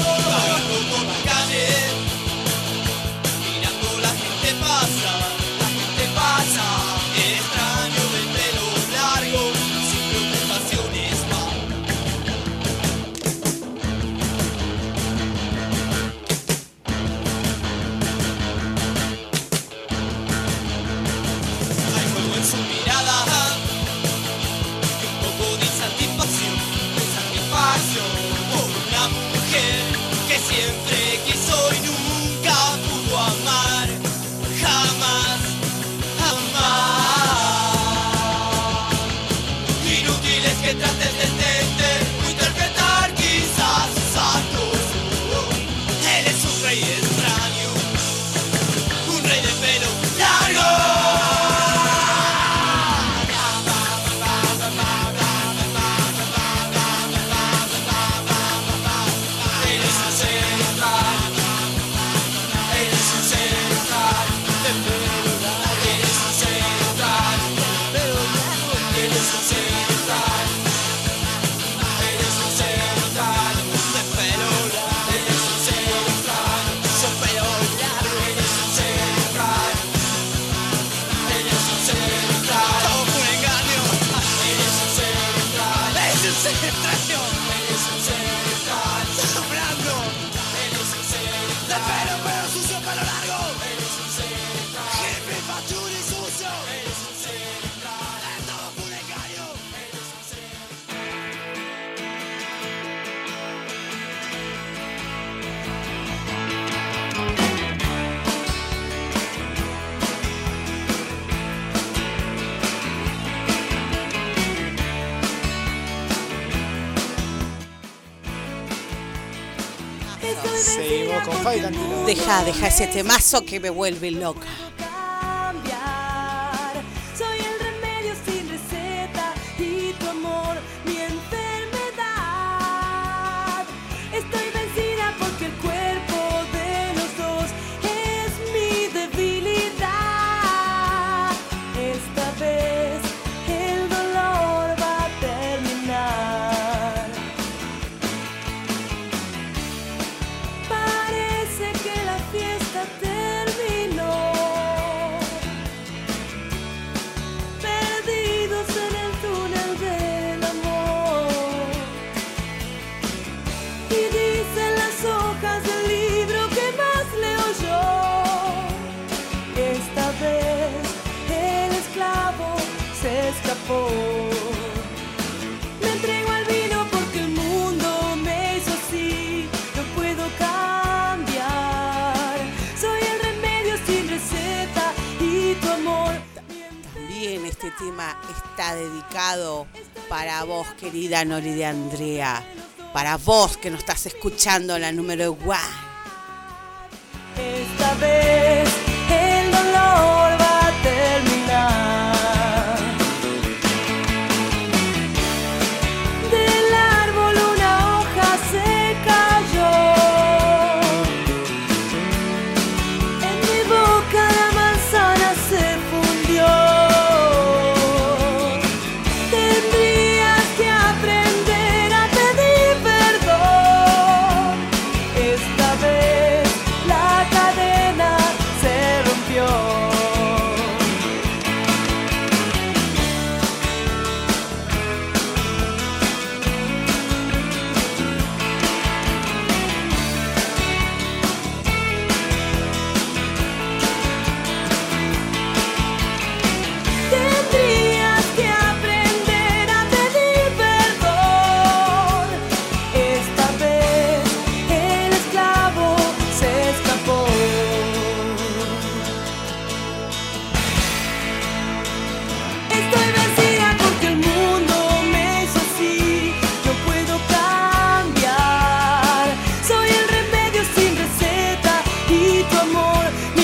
Seguimos con Fabi Cantilo. Deja ese temazo que me vuelve loca. Cambiar. Soy el remedio sin receta y tu amor mi enfermedad. Estoy vencida porque el cuerpo de los dos es mi debilidad. Esta vez el dolor va a terminar. Parece que la fiesta terminó. Perdidos en el túnel del amor. Y dicen las hojas del libro que más leo yo. Esta vez el esclavo se escapó. Me entrego al vino porque el mundo me hizo así. No puedo cambiar. Soy el remedio sin receta y tu amor También este tema está dedicado para vos, querida Nori de Andrea. Para vos que nos estás escuchando la número 1. Esta vez el dolor va a terminar. Del árbol una hoja se cayó. En mi boca la manzana se fundió. Tendrías que aprender a pedir perdón. Esta vez la cadena se rompió. Tendrías que aprender a pedir perdón. Esta vez el esclavo se escapó. Estoy vencida porque el mundo me hizo así. No puedo cambiar. Soy el remedio sin receta y tu amor mi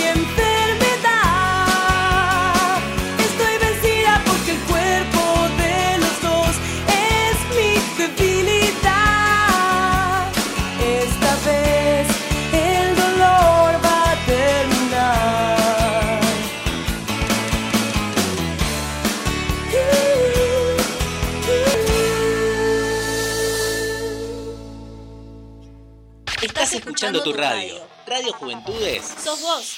enfermedad. Estoy vencida porque el cuerpo de los dos es mi debilidad. Esta vez el dolor va a terminar. Estás escuchando tu radio. Radio Juventudes. Sos vos.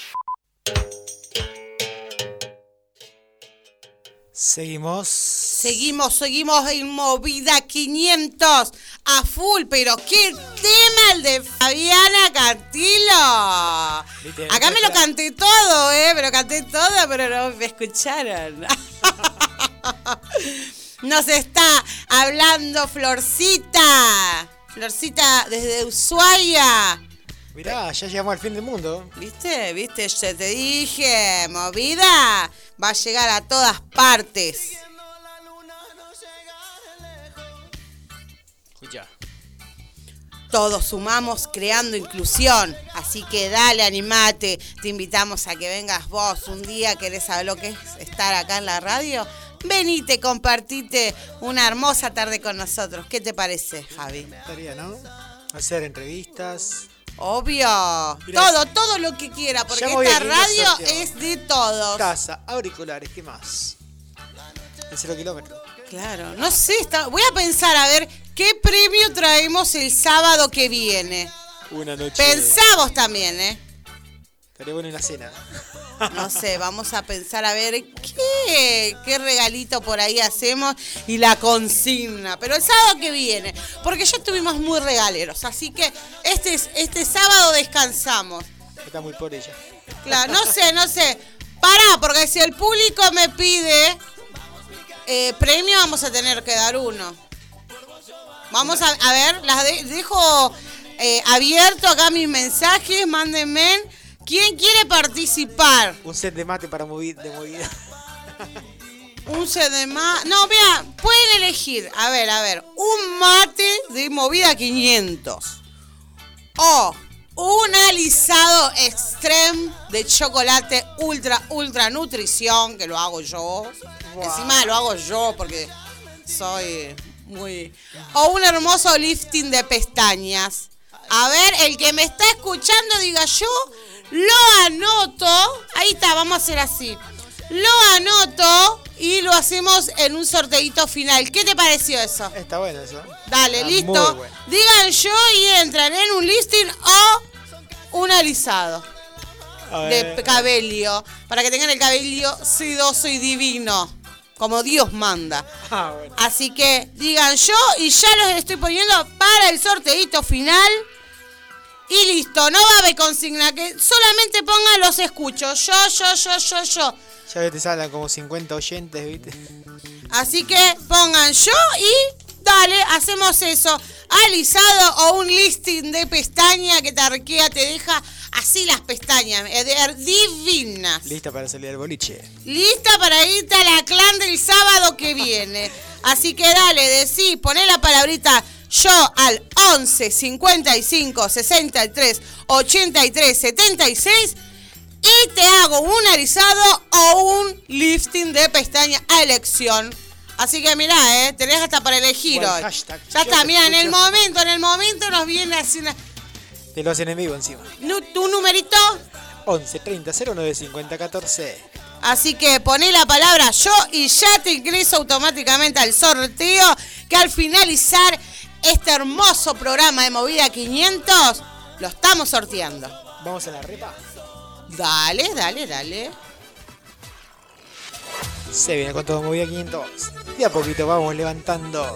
Seguimos. Seguimos en Movida 500 a full, pero qué tema el de Fabiana Cantilo. Viste, Acá me lo canté todo, pero no me escucharon. Nos está hablando Florcita desde Ushuaia. Mirá, ya llegamos al fin del mundo. ¿Viste? Yo te dije, Movida va a llegar a todas partes. Escucha. Todos sumamos creando inclusión, así que dale, animate, te invitamos a que vengas vos un día, querés saber lo que es estar acá en la radio, venite, compartite una hermosa tarde con nosotros. ¿Qué te parece, Javi? Estaría, ¿no? Hacer entrevistas. Obvio, Mirá, todo lo que quiera, porque ya me voy esta a ir radio socio. es de todos. Taza, auriculares, ¿qué más? El 0 kilómetro. Claro, no sé, voy a pensar a ver qué premio traemos el sábado que viene. Una noche. Pensamos también, Estaría bueno una cena. No sé, vamos a pensar a ver qué regalito por ahí hacemos y la consigna. Pero el sábado que viene, porque ya estuvimos muy regaleros, así que este sábado descansamos. Está muy por ella. Claro, no sé. Pará, porque si el público me pide premio, vamos a tener que dar uno. Vamos a ver, las dejo abierto acá mis mensajes, mándenme. ¿Quién quiere participar? Un set de mate para de movida. Un set de mate. No, vea, pueden elegir. A ver. Un mate de Movida 500. O un alisado extreme de chocolate ultra nutrición, que lo hago yo. Wow. Encima lo hago yo porque soy muy... O un hermoso lifting de pestañas. A ver, el que me está escuchando diga yo, lo anoto. Ahí está, vamos a hacer así. Lo anoto y lo hacemos en un sorteito final. ¿Qué te pareció eso? Está bueno eso. Dale, Está listo. muy bueno. Digan yo y entran en un listing o un alisado A de ver. cabello. Para que tengan el cabello sedoso y divino. Como Dios manda. Ah, bueno. Así que digan yo y ya los estoy poniendo para el sorteito final. Y listo, no va a haber consigna, que solamente pongan los escucho. Yo. Ya que te salen como 50 oyentes, ¿viste? Así que pongan yo y dale, hacemos eso. Alisado o un listing de pestaña que te arquea, te deja así las pestañas, divinas. Lista para salir al boliche. Lista para irte a la clan del sábado que viene. Así que dale, decí, poné la palabrita yo al 11 55 63 83 76 y te hago un alisado o un lifting de pestaña a elección. Así que mirá, tenés hasta para elegir Buen hoy. hashtag. Ya Yo está, te mirá, en el escucho. momento nos viene así una... Te lo hacen en vivo encima. ¿Tu numerito? 11 30 09 50 14. Así que poné la palabra yo y ya te ingreso automáticamente al sorteo, que al finalizar este hermoso programa de Movida 500 lo estamos sorteando. Vamos a la repa. Dale. Se viene con todo Movida 500. Y a poquito vamos levantando.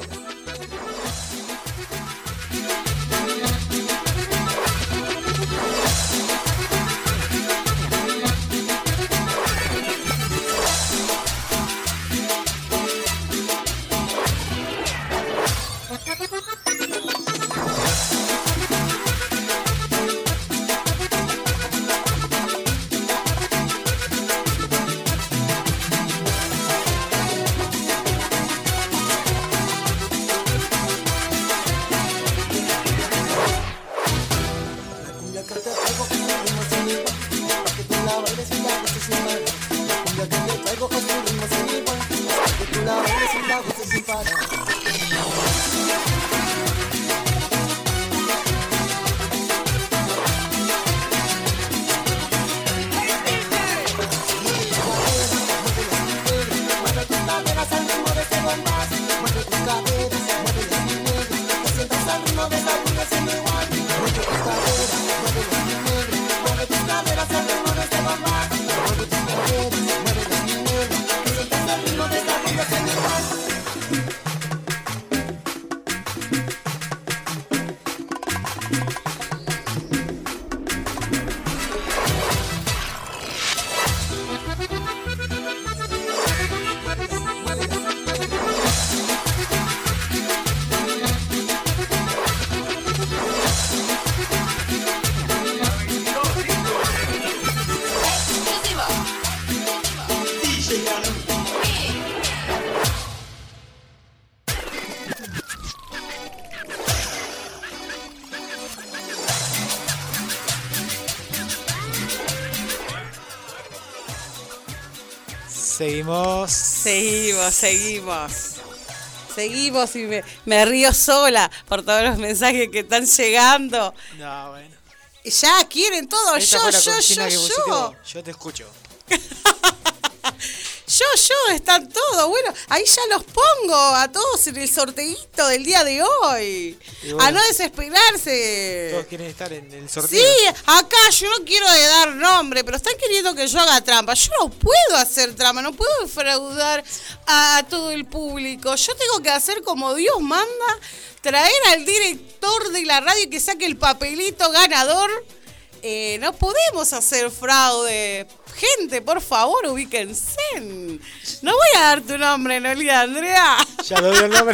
Seguimos y me río sola por todos los mensajes que están llegando. No, bueno. Ya quieren todo, Esta fue la yo. Yo te escucho. Están todos. Bueno, ahí ya los pongo a todos en el sorteíto del día de hoy. Y bueno, a no desesperarse. Todos quieren estar en el sorteo. Sí, acá yo no quiero de dar nombre, pero están queriendo que yo haga trampa. Yo no puedo hacer trampa, no puedo defraudar a todo el público. Yo tengo que hacer como Dios manda, traer al director de la radio que saque el papelito ganador. No podemos hacer fraude. Gente, por favor, ubíquense. No voy a dar tu nombre, Nolida Andrea. Ya lo dio el nombre.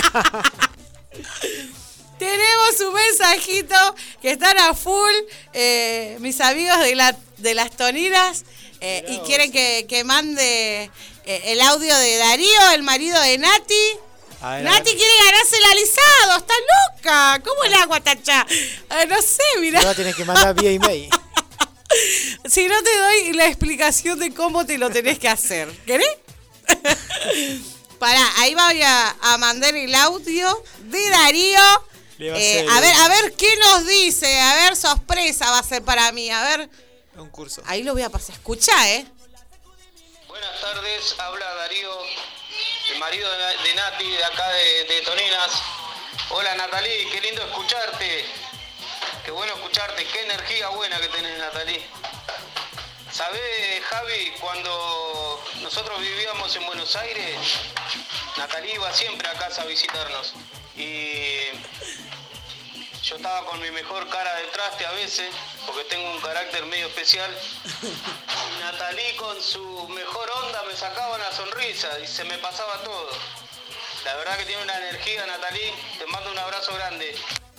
Tenemos un mensajito que están a full, mis amigos de las Toninas, y quieren que mande el audio de Darío, el marido de Nati. A ver, Nati quiere ganarse el alisado, está loca. ¿Cómo el agua tacha? No sé, mirá. ahora tienes que mandar vía email. Si no te doy la explicación de cómo te lo tenés que hacer. ¿Querés? Pará, ahí voy a mandar el audio de Darío. Le va A ver qué nos dice. A ver, sorpresa va a ser para mí. A ver. un curso. Ahí lo voy a pasar. Escuchá, Buenas tardes, habla Darío, el marido de Nati, de acá de Toninas. Hola Natalí, qué lindo escucharte. Qué bueno escucharte, qué energía buena que tenés, Natalí. ¿Sabés, Javi, cuando nosotros vivíamos en Buenos Aires, Natalí iba siempre a casa a visitarnos? Y yo estaba con mi mejor cara de traste a veces, porque tengo un carácter medio especial. Y Natalí con su mejor onda me sacaba una sonrisa y se me pasaba todo. La verdad que tiene una energía, Natalí. Te mando un abrazo grande.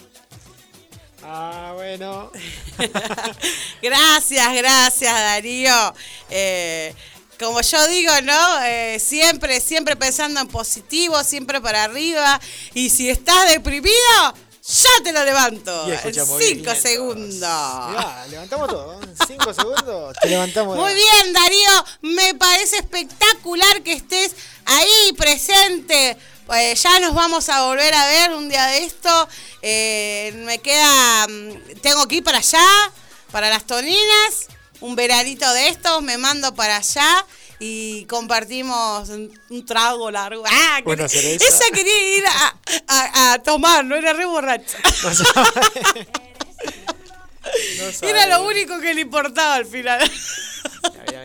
Ah, bueno. Gracias, Darío. Como yo digo, ¿no? Siempre pensando en positivo, siempre para arriba. Y si estás deprimido, yo te lo levanto. Y En escuchamos 5 segundos. Mirá, levantamos todo. En 5 segundos te levantamos. Muy bien, Darío. Me parece espectacular que estés ahí presente. Ya nos vamos a volver a ver un día de esto. Tengo que ir para allá, para las Toninas. Un veranito de estos, me mando para allá y compartimos un trago largo. Una cerveza. Esa quería ir a tomar, no era re borracha. No sabe. No sabe. Era lo único que le importaba al final. Mira.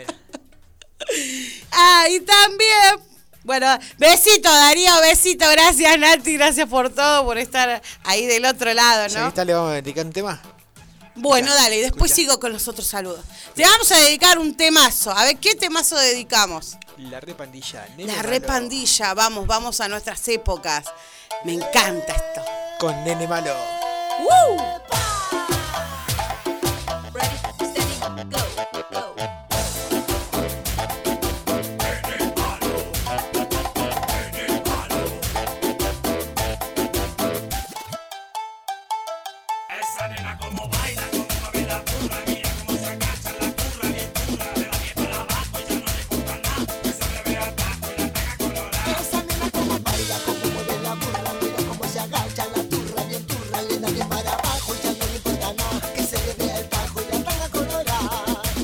Y también... Bueno, besito Darío, besito, gracias Nati, gracias por todo, por estar ahí del otro lado, Si ¿no? ahorita le vamos a dedicar un tema. Bueno, Escuchá, dale, y después escuchá. sigo con los otros saludos. Te vamos a dedicar un temazo. A ver, ¿qué temazo dedicamos? La repandilla. La repandilla, vamos a nuestras épocas. Me encanta esto. Con Nene Malo. Esa nena como baila, como mueve la burra, mira cómo se agacha la curra, bien curra, de la pie para abajo, ya no le gusta nada, que se le vea el taco y la tenga colorada. Esa nena como baila, como mueve la burra, mira cómo se agacha la turra, bien turra, le da bien para abajo, ya no le importa nada, que se le vea el tajo y la tenga colorada.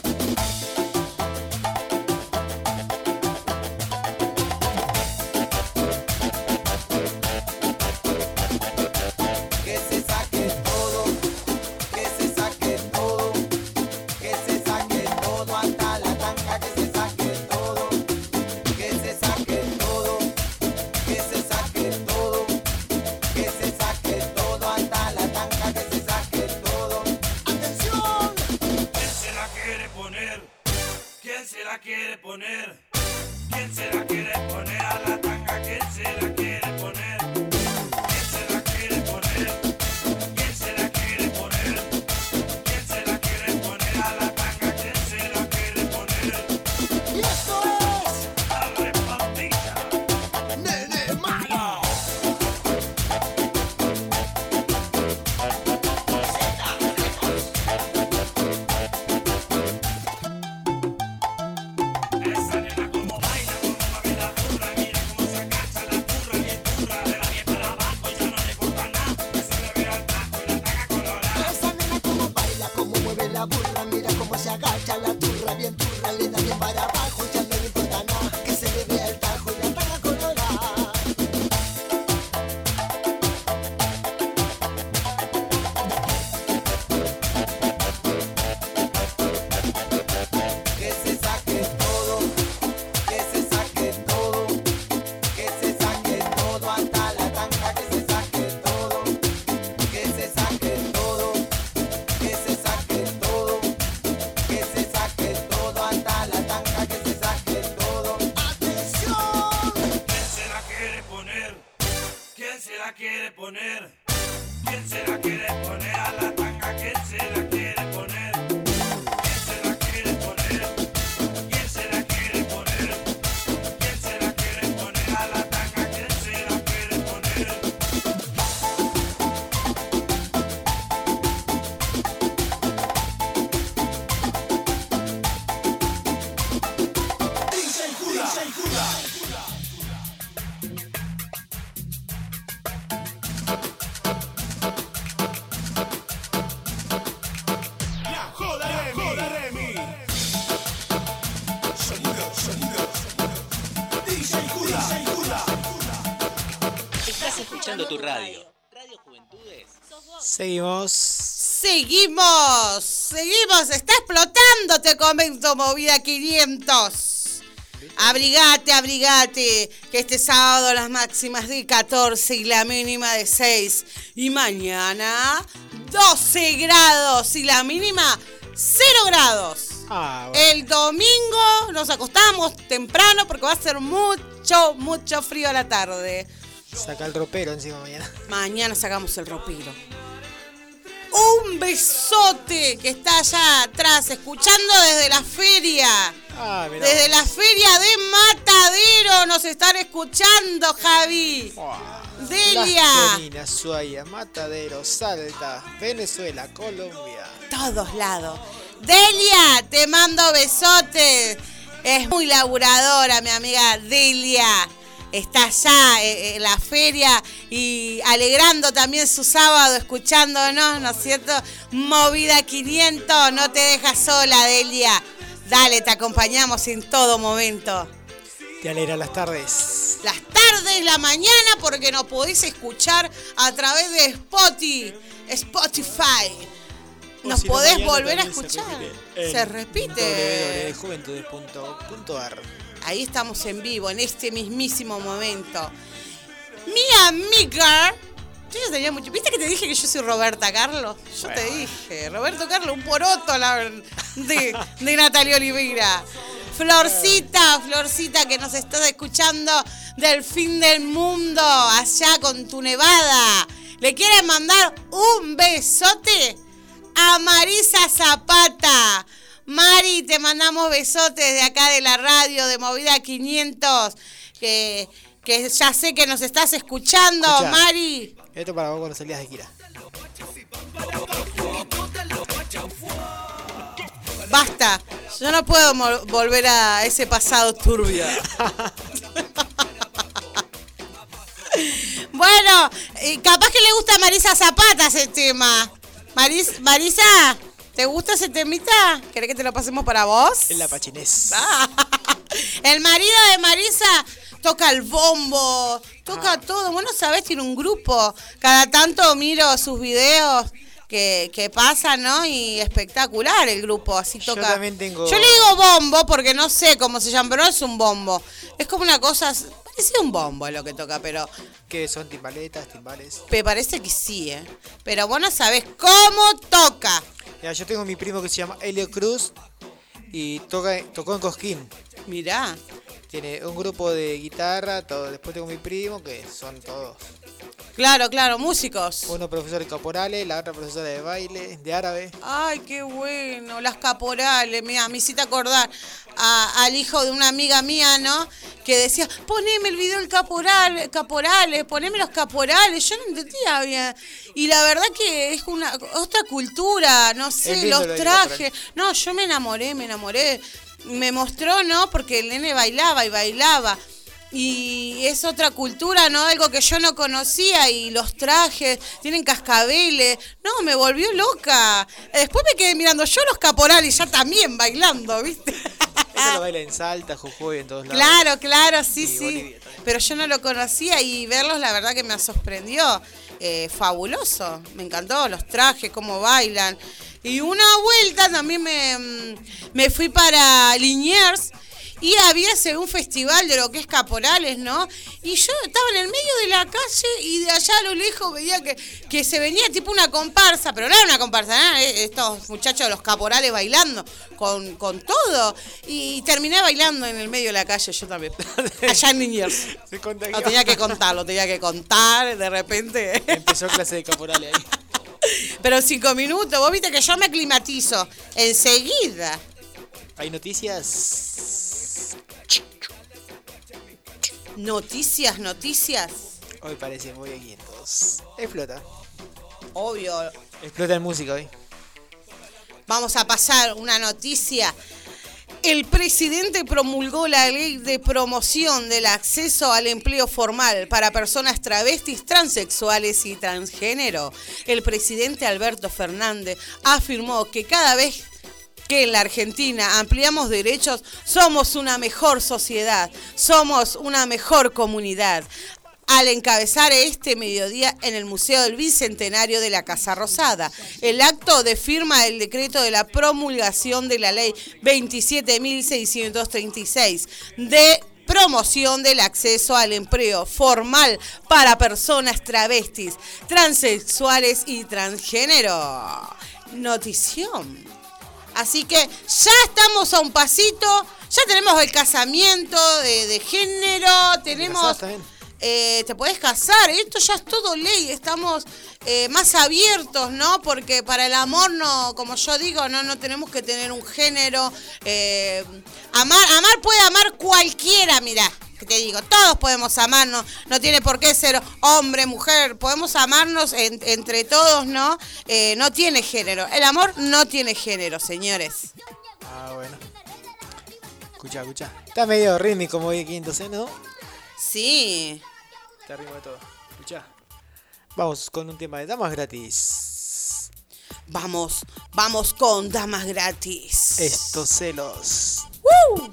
Que se saque todo, que se saque todo, que se saque todo hasta la tanga, que se saque todo, que se saque todo, que se saque todo, que se saque todo hasta la tanga, que se saque todo. ¡Atención! ¿Quién se la quiere poner? ¿Quién se la quiere poner? ¿Quién se la quiere poner a la tanga? ¿Quién se la quiere poner? ¿Quién se la quiere poner? ¿Quién se la quiere poner? ¿Quién se la quiere poner a la tanga? ¿Quién se la quiere poner? Y esto es La repandilla. Nene Malo. Esa nena como baila, como mueve la burra, mira cómo se agacha la burra, bien turra, de la pie para abajo, ya no le gusta nada, que se le vea el taco y la tenga colorada. Esa nena como baila, como mueve la burra, mira cómo se agacha la turra, bien turra, le da bien para abajo, ya no le importa nada, que se le vea el tajo y la tenga colorada. Que se saque todo, que se saque todo, que se saque todo hasta la tanga, que se saque todo, que se saque todo, que se saque todo, que se saque todo hasta la tanga, que se saque todo. ¡Atención! ¿Quién se la quiere poner? ¿Quién se la quiere poner? ¿Quién se la quiere poner a la tanga? ¿Quién se la quiere poner? ¿Quién se la quiere poner? ¿Quién se la quiere poner? ¿Quién se la quiere poner a la tanga? ¿Quién se la quiere escuchando tu radio. Radio Juventudes. Seguimos. Está explotando, te comento, Movida 500. Abrigate, que este sábado las máximas de 14 y la mínima de 6. Y mañana 12 grados y la mínima 0 grados. Bueno. El domingo nos acostamos temprano porque va a ser mucho frío a la tarde. Saca el ropero encima mañana. Mañana sacamos el ropero. Un besote que está allá atrás, escuchando desde la feria. Mirá. Desde la feria de Matadero nos están escuchando, Javi. Delia. Las Toninas, Ushuaia, Matadero, Salta, Venezuela, Colombia. Todos lados. Delia, te mando besotes. Es muy laburadora, mi amiga Delia. Está allá en la feria y alegrando también su sábado, escuchándonos, ¿no es cierto? Movida 500, no te dejas sola, Delia. Dale, te acompañamos en todo momento. Te alegra las tardes. Las tardes, la mañana, porque nos podéis escuchar a través de Spotify. Nos podés volver a escuchar. Se repite. www.juventudes.ar. Ahí estamos en vivo, en este mismísimo momento. Mi amiga. Yo ya tenía mucho. ¿Viste que te dije que yo soy Roberta Carlos? Yo te dije. Roberto Carlos, un poroto de Natalia Oliveira. Florcita, que nos estás escuchando del fin del mundo, allá con tu Nevada. ¿Le quieren mandar un besote? A Marisa Zapata. Mari, te mandamos besotes de acá de la radio de Movida 500, que ya sé que nos estás escuchando. Escuchá, Mari. Esto para vos cuando salías de gira. Basta, yo no puedo volver a ese pasado turbio. Bueno, capaz que le gusta a Marisa Zapata ese tema. Marisa, ¿te gusta ese temita? ¿Querés que te lo pasemos para vos? En la Pachinés. El marido de Marisa toca el bombo, toca todo. Vos no sabés, tiene un grupo. Cada tanto miro sus videos que pasan, ¿no? Y espectacular el grupo, así toca. Yo también tengo... Yo le digo bombo porque no sé cómo se llama, pero no es un bombo. Es como una cosa... Parece un bombo lo que toca, pero... ¿Qué son? ¿Timbaletas? ¿Timbales? Me parece que sí, ¿eh? Pero vos no sabés cómo toca. Ya, yo tengo mi primo que se llama Helio Cruz y tocó en Cosquín. Mirá. Tiene un grupo de guitarra, todo. Después tengo mi primo que son todos. Claro, músicos. Uno profesor de caporales, la otra profesora de baile, de árabe. Ay, qué bueno, las caporales. Mira, me hiciste acordar al hijo de una amiga mía, ¿no? Que decía, poneme el video del caporales, poneme los caporales. Yo no entendía bien. Y la verdad que es otra cultura, no sé, los trajes. No, yo me enamoré. Me mostró, ¿no? Porque el nene bailaba. Y es otra cultura, ¿no? Algo que yo no conocía, y los trajes, tienen cascabeles. No, me volvió loca. Después me quedé mirando yo los caporales, ya también bailando, ¿viste? Eso lo baila en Salta, Jujuy, en todos lados. Claro, sí. Pero yo no lo conocía y verlos, la verdad que me sorprendió. Fabuloso, me encantó los trajes, cómo bailan. Y una vuelta también me fui para Liniers. Y había un festival de lo que es caporales, ¿no? Y yo estaba en el medio de la calle y de allá a lo lejos veía que se venía tipo una comparsa, pero no era una comparsa, ¿no? Estos muchachos de los caporales bailando con todo. Y terminé bailando en el medio de la calle yo también, allá en Liniers. Lo tenía que contar, de repente. Empezó clase de caporales ahí. Pero 5 minutos, vos viste que yo me aclimatizo enseguida. ¿Hay noticias? Noticias. Hoy parece muy aquí entonces. Explota. Obvio. Explota en música hoy. Vamos a pasar una noticia. El presidente promulgó la ley de promoción del acceso al empleo formal para personas travestis, transexuales y transgénero. El presidente Alberto Fernández afirmó que cada vez que en la Argentina ampliamos derechos, somos una mejor sociedad, somos una mejor comunidad. al encabezar este mediodía en el Museo del Bicentenario de la Casa Rosada el acto de firma del decreto de la promulgación de la Ley 27.636 de promoción del acceso al empleo formal para personas travestis, transexuales y transgénero. Notición. Así que ya estamos a un pasito, ya tenemos el casamiento de género, tenemos... te podés casar, esto ya es todo ley, estamos más abiertos, ¿no? Porque para el amor, no, como yo digo, no tenemos que tener un género. Amar puede amar cualquiera, mirá, que te digo, todos podemos amarnos, no tiene por qué ser hombre, mujer, podemos amarnos entre todos, ¿no? No tiene género, el amor no tiene género, señores. Ah, bueno. Escucha. Está medio rítmico como hoy quinto, ¿no? Sí. Te arrimo de todo. Escuchá. Vamos con un tema de damas gratis. Vamos con damas gratis. Estos celos. ¡Woo!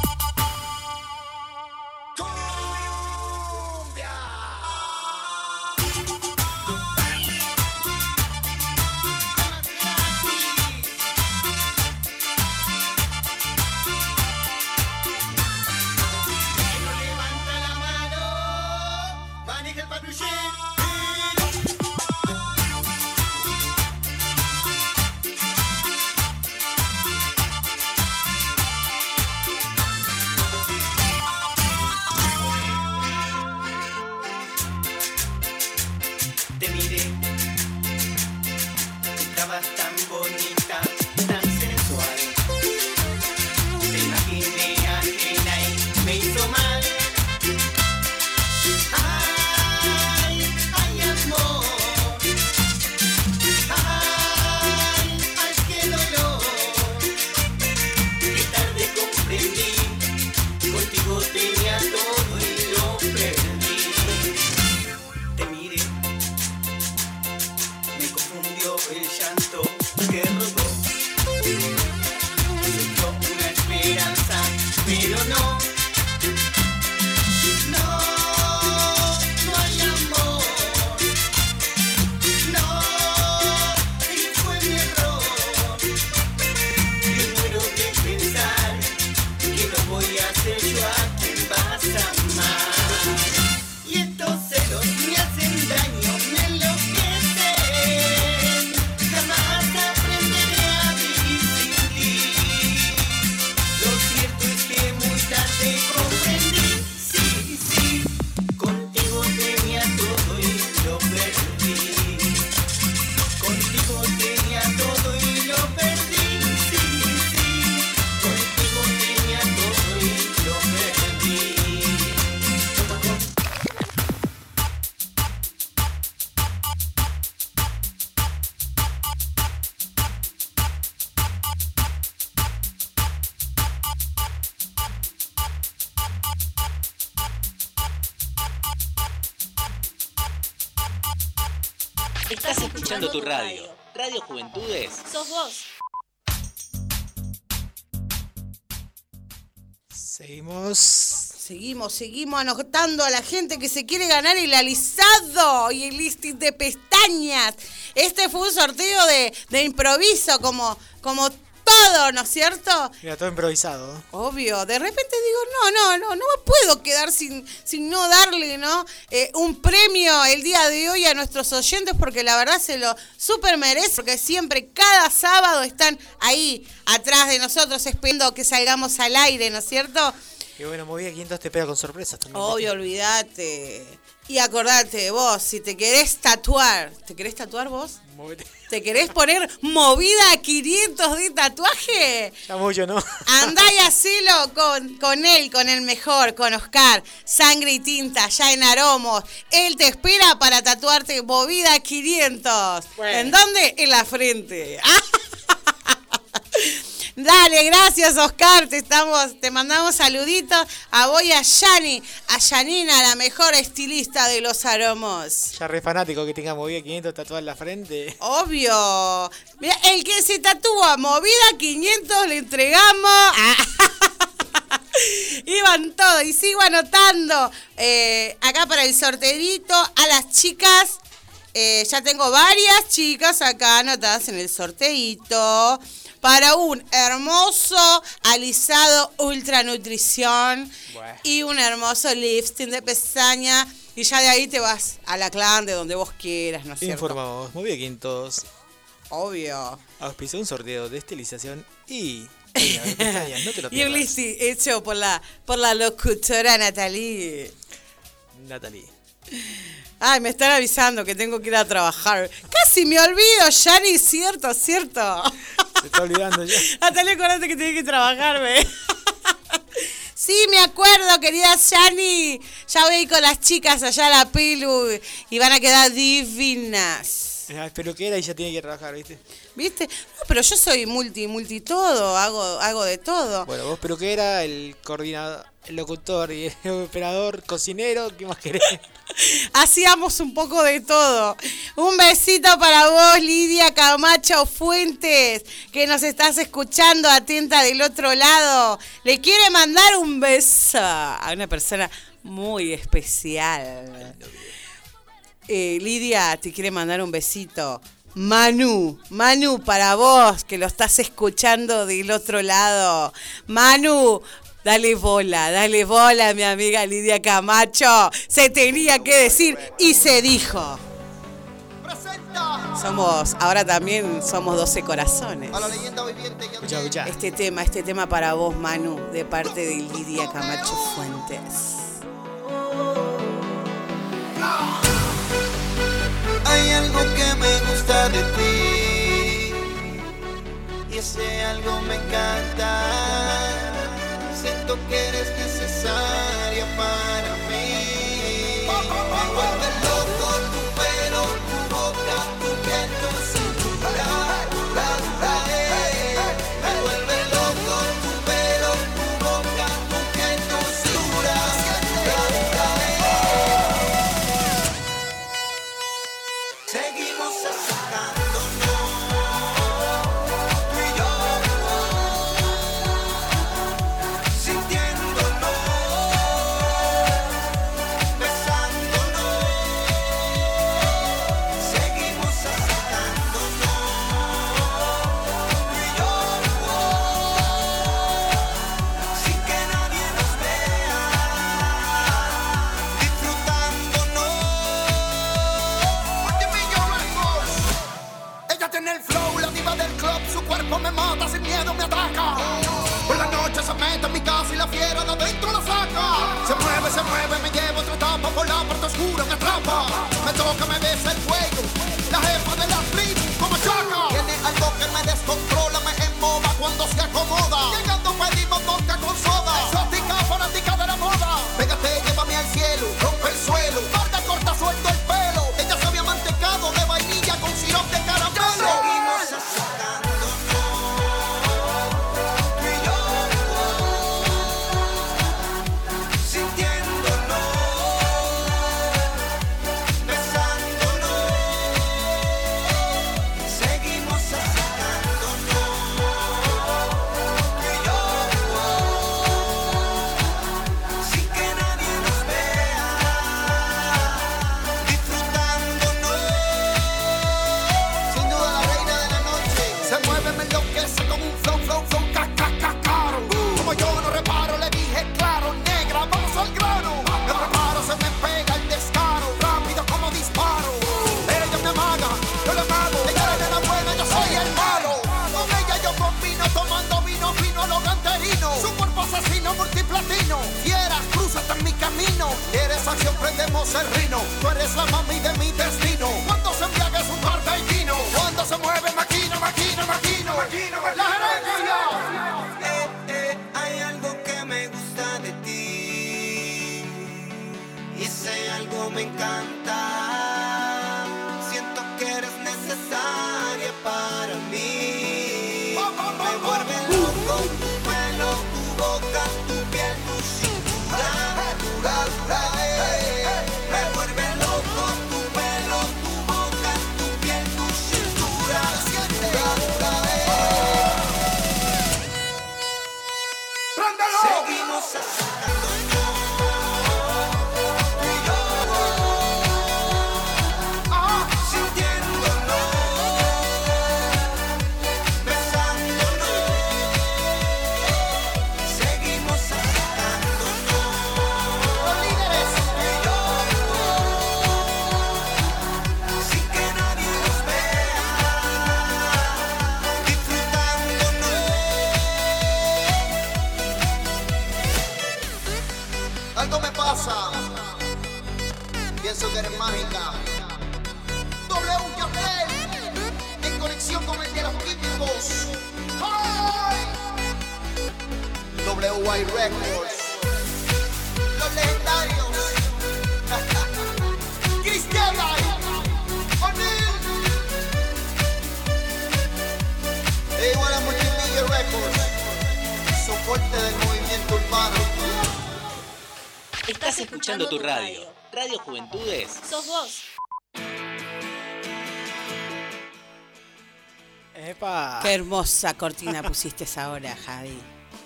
Te miré, estabas tan bonita, tan sensual. Te imaginé ajena y me hizo mal. Ay, amor. Ay, qué dolor. Qué tarde comprendí, contigo tenía todo y lo perdí. Te miré. Me confundió el llanto que rodó. Surgió una esperanza, pero no hay amor. No, y fue mi error. Me muero de pensar que no voy a ser yo a quien vas a amar. Y estos celos me hacen daño, me enloquecen. Jamás aprenderé a vivir sin ti. Lo cierto es que muy tarde comprendí. Sí, contigo tenía todo y lo perdí. Contigo tenía todo y lo perdí. Sí, contigo tenía todo y lo perdí. Estás escuchando tu radio. Radio Juventudes. Sos vos. Seguimos anotando a la gente que se quiere ganar el alisado y el listing de pestañas. Este fue un sorteo de improviso, como todo, ¿no es cierto? Mira, todo improvisado. Obvio, de repente digo, no me puedo quedar sin no darle, ¿no? Un premio el día de hoy a nuestros oyentes, porque la verdad se lo súper merece, porque siempre, cada sábado están ahí atrás de nosotros esperando que salgamos al aire, ¿no es cierto? Y bueno, Movida 500 te pega con sorpresas también. Obvio, olvídate. Y acordate, vos, si te querés tatuar, ¿te querés tatuar vos? Movete. ¿Te querés poner Movida 500 de tatuaje? Ya mucho, ¿no? Andá y hacelo con él, con el mejor, con Oscar. Sangre y tinta, ya en Aromos. Él te espera para tatuarte Movida 500. Bueno. ¿En dónde? En la frente. Dale, gracias Oscar, te mandamos saluditos a vos y a Yani, a Yanina, la mejor estilista de los aromos. Ya re fanático que tenga Movida 500 tatuado en la frente. Obvio. Mira, el que se tatúa Movida 500 le entregamos. Iban todos y sigo anotando. Acá para el sorteadito a las chicas. Ya tengo varias chicas acá anotadas en el sorteadito. Para un hermoso alisado ultra nutrición y un hermoso lifting de pestaña. Y ya de ahí te vas a la clan de donde vos quieras, ¿no es cierto? Informamos, muy bien todos. Obvio. Auspició un sorteo de estilización y pestañas, no te lo Y un pierdas. lifting hecho por la locutora Natalie. Ay, me están avisando que tengo que ir a trabajar. Casi me olvido, Yani, cierto. Se está olvidando ya. Natalia, acordate que tenés que trabajar, ve. Sí, me acuerdo, querida Yani. Ya voy a ir con las chicas allá a la Pilu y van a quedar divinas. Pero que era y ya tiene que trabajar, ¿viste? ¿Viste? No, pero yo soy multi todo, hago de todo. Bueno, vos, pero que era el coordinador, el locutor y el operador, cocinero, ¿qué más querés? Hacíamos un poco de todo. Un besito para vos, Lidia Camacho Fuentes, que nos estás escuchando atenta del otro lado. Le quiere mandar un beso a una persona muy especial. Lidia, te quiere mandar un besito. Manu, para vos, que lo estás escuchando del otro lado. Manu, dale bola, mi amiga Lidia Camacho. Se tenía que decir y se dijo. Ahora también somos 12 corazones. Escuchá. Este tema para vos, Manu, de parte de Lidia Camacho Fuentes. Hay algo que me gusta de ti y ese algo me encanta. Siento que eres necesaria para mí. Me vuelve loco tu pelo, tu boca, tu piel, tu cintura. Me vuelve loco tu pelo, tu boca, tu piel, tu cintura. Seguimos acercándonos, tú y yo, sintiéndonos, besándonos. Seguimos acercándonos, tú y yo, sin que nadie nos vea, disfrutándonos. Ella tiene el flow, la diva del club, su cuerpo me mata, sin miedo me ataca. Por la noche se mete en mi casa y la fiera de adentro la saca. Se mueve, me lleva otra etapa, por la parte oscura me atrapa. Me toca, me besa el cuello, la jefa de la tribu como chaca. Tiene algo que me descontrola, me emboba cuando se acomoda. Llegando pedimos vodka con soda, exótica, fanática de la moda. Pégate, llévame al cielo, rompe el suelo, corta, corta, suelto el pelo. Ella sabía mantecado de vainilla con sirope de caramelo. Seguimos acercándonos, tú y yo, sintiéndonos, besándonos. Seguimos acercándonos, tú y yo, sin que nadie nos vea, disfrutándonos. Sin duda la reina de la noche. Se mueve, me enloquece con un flow, caro. Como yo no reparo, le dije claro, negra, vamos al grano. Me preparo, se me pega el descaro, rápido como disparo. Ella me amaga, yo le amago. Ella es la buena, yo soy el malo. Con ella yo combino, tomando vino, fino a lo canterino. Su cuerpo asesino, multiplatino. Fiera, crúzate en mi camino. Quieres acción, prendemos el rino. Tú eres la mami de mi destino. Cuando se embriaga es un cartaigino. Cuando se mueve, maquino. La gerencia. Hay algo que me gusta de ti y ese algo me encanta. Siento que eres necesaria para mí. Me vuelve loco tu pelo, tu boca, tu piel, tu cintura. Me vuelve loco tu pelo, tu boca, tu piel, tu cintura. Seguimos pienso que eres mágica. W Yafel, en conexión con el de los químicos. ¡Ay! WY Records, los legendarios. Cristiana, O'Neal, e igual a Multimedia Records, soporte del movimiento urbano. Estás escuchando tu radio. Radio Juventudes. Sos vos. ¡Epa! Qué hermosa cortina pusiste ahora, Javi.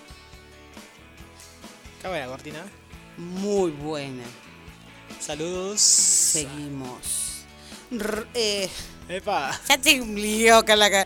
Qué buena cortina. Muy buena. Saludos. Seguimos. ¡Epa! Ya te lío con la cara.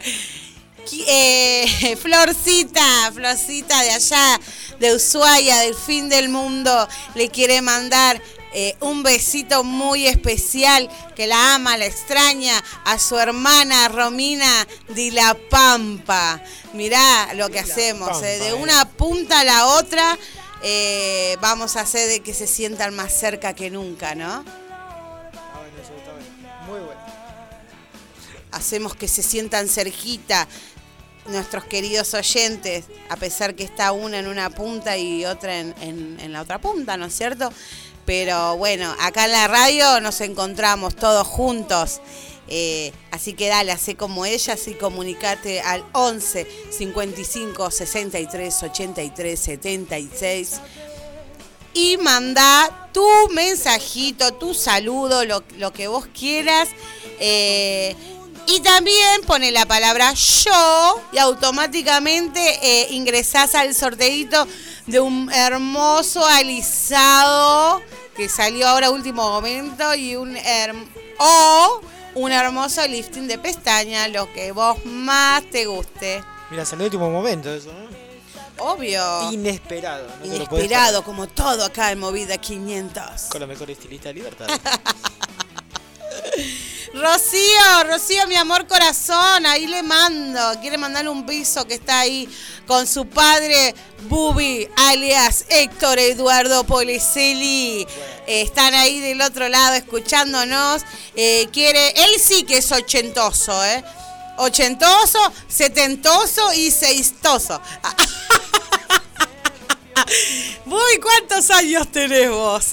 Florcita de allá, de Ushuaia, del fin del mundo, le quiere mandar un besito muy especial, que la ama, la extraña, a su hermana Romina de La Pampa. Mirá lo que hacemos, Pampa, de una punta a la otra, vamos a hacer de que se sientan más cerca que nunca, ¿no? Está bueno, eso está bueno. Muy bueno. Hacemos que se sientan cerquita nuestros queridos oyentes, a pesar que está una en una punta y otra en la otra punta, ¿no es cierto? Pero bueno, acá en la radio nos encontramos todos juntos, así que dale, hacé como ellas y comunicate al 11 55 63 83 76 y manda tu mensajito, tu saludo, lo que vos quieras. Y también pone la palabra yo y automáticamente ingresás al sorteito de un hermoso alisado que salió ahora a último momento y un hermoso lifting de pestaña, lo que vos más te guste. Mira, salió el último momento eso, ¿no? Obvio. Inesperado. No te lo podés Inesperado, como todo acá en Movida 500. Con la mejor estilista de Libertad. Rocío, mi amor corazón, ahí le mando. Quiere mandarle un beso que está ahí con su padre, Bubi, alias Héctor Eduardo Policelli. Están ahí del otro lado escuchándonos. Él sí que es ochentoso, ochentoso, setentoso y seistoso. Bubi, ¿cuántos años tenés vos,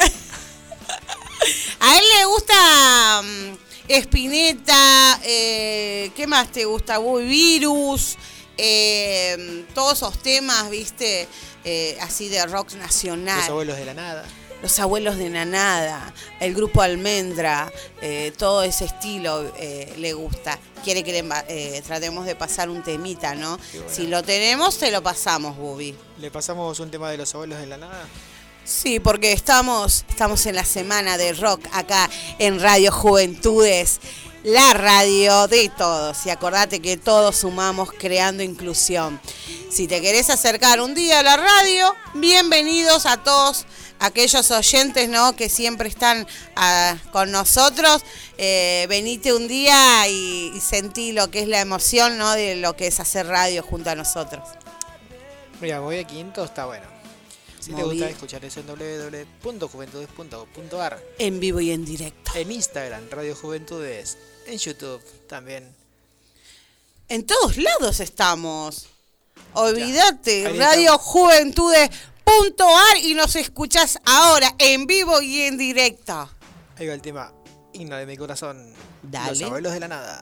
A él le gusta Spinetta, ¿qué más te gusta? Virus, todos esos temas, ¿viste? Así de rock nacional. Los abuelos de la nada. Los abuelos de la nada, el grupo Almendra, todo ese estilo le gusta. Quiere que tratemos de pasar un temita, ¿no? Bueno. Si lo tenemos, te lo pasamos, Bubi. ¿Le pasamos un tema de los abuelos de la nada? Sí, porque estamos en la semana de rock acá en Radio Juventudes, la radio de todos. Y acordate que todos sumamos creando inclusión. Si te querés acercar un día a la radio, bienvenidos a todos aquellos oyentes, ¿no?, que siempre están con nosotros. Venite un día y sentí lo que es la emoción, ¿no?, de lo que es hacer radio junto a nosotros. Mira, Movida 500 está bueno. Si te gusta escuchar eso en www.juventudes.gov.ar. En vivo y en directo. En Instagram, Radio Juventudes. En YouTube también. En todos lados estamos. Olvídate, Ya, radiojuventudes.ar y nos escuchás ahora en vivo y en directo. Ahí va el tema himno de mi corazón. Dale. Los abuelos de la nada.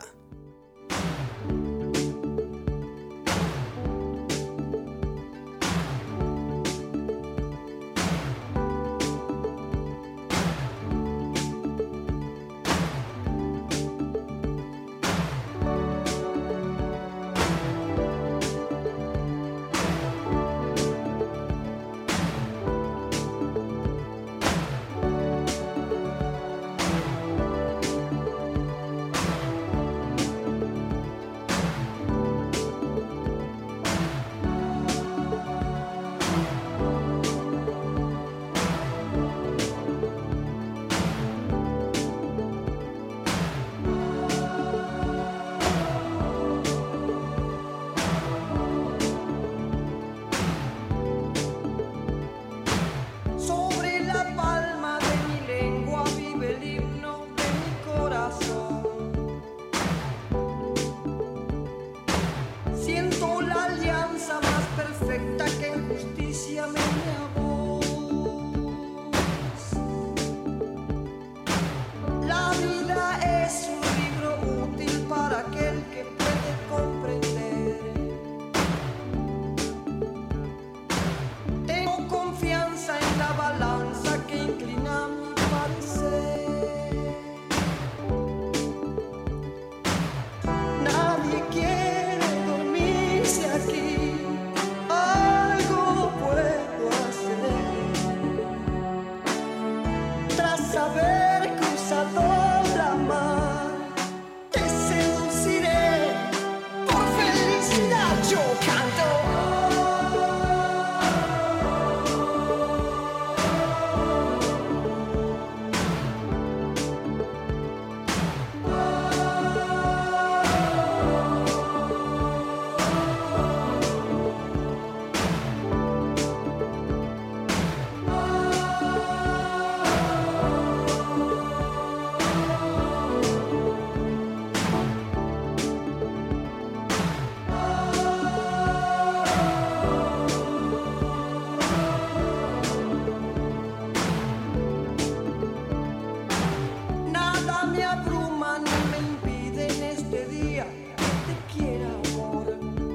nada me abruma ni me impide en este día que te quiera, amor.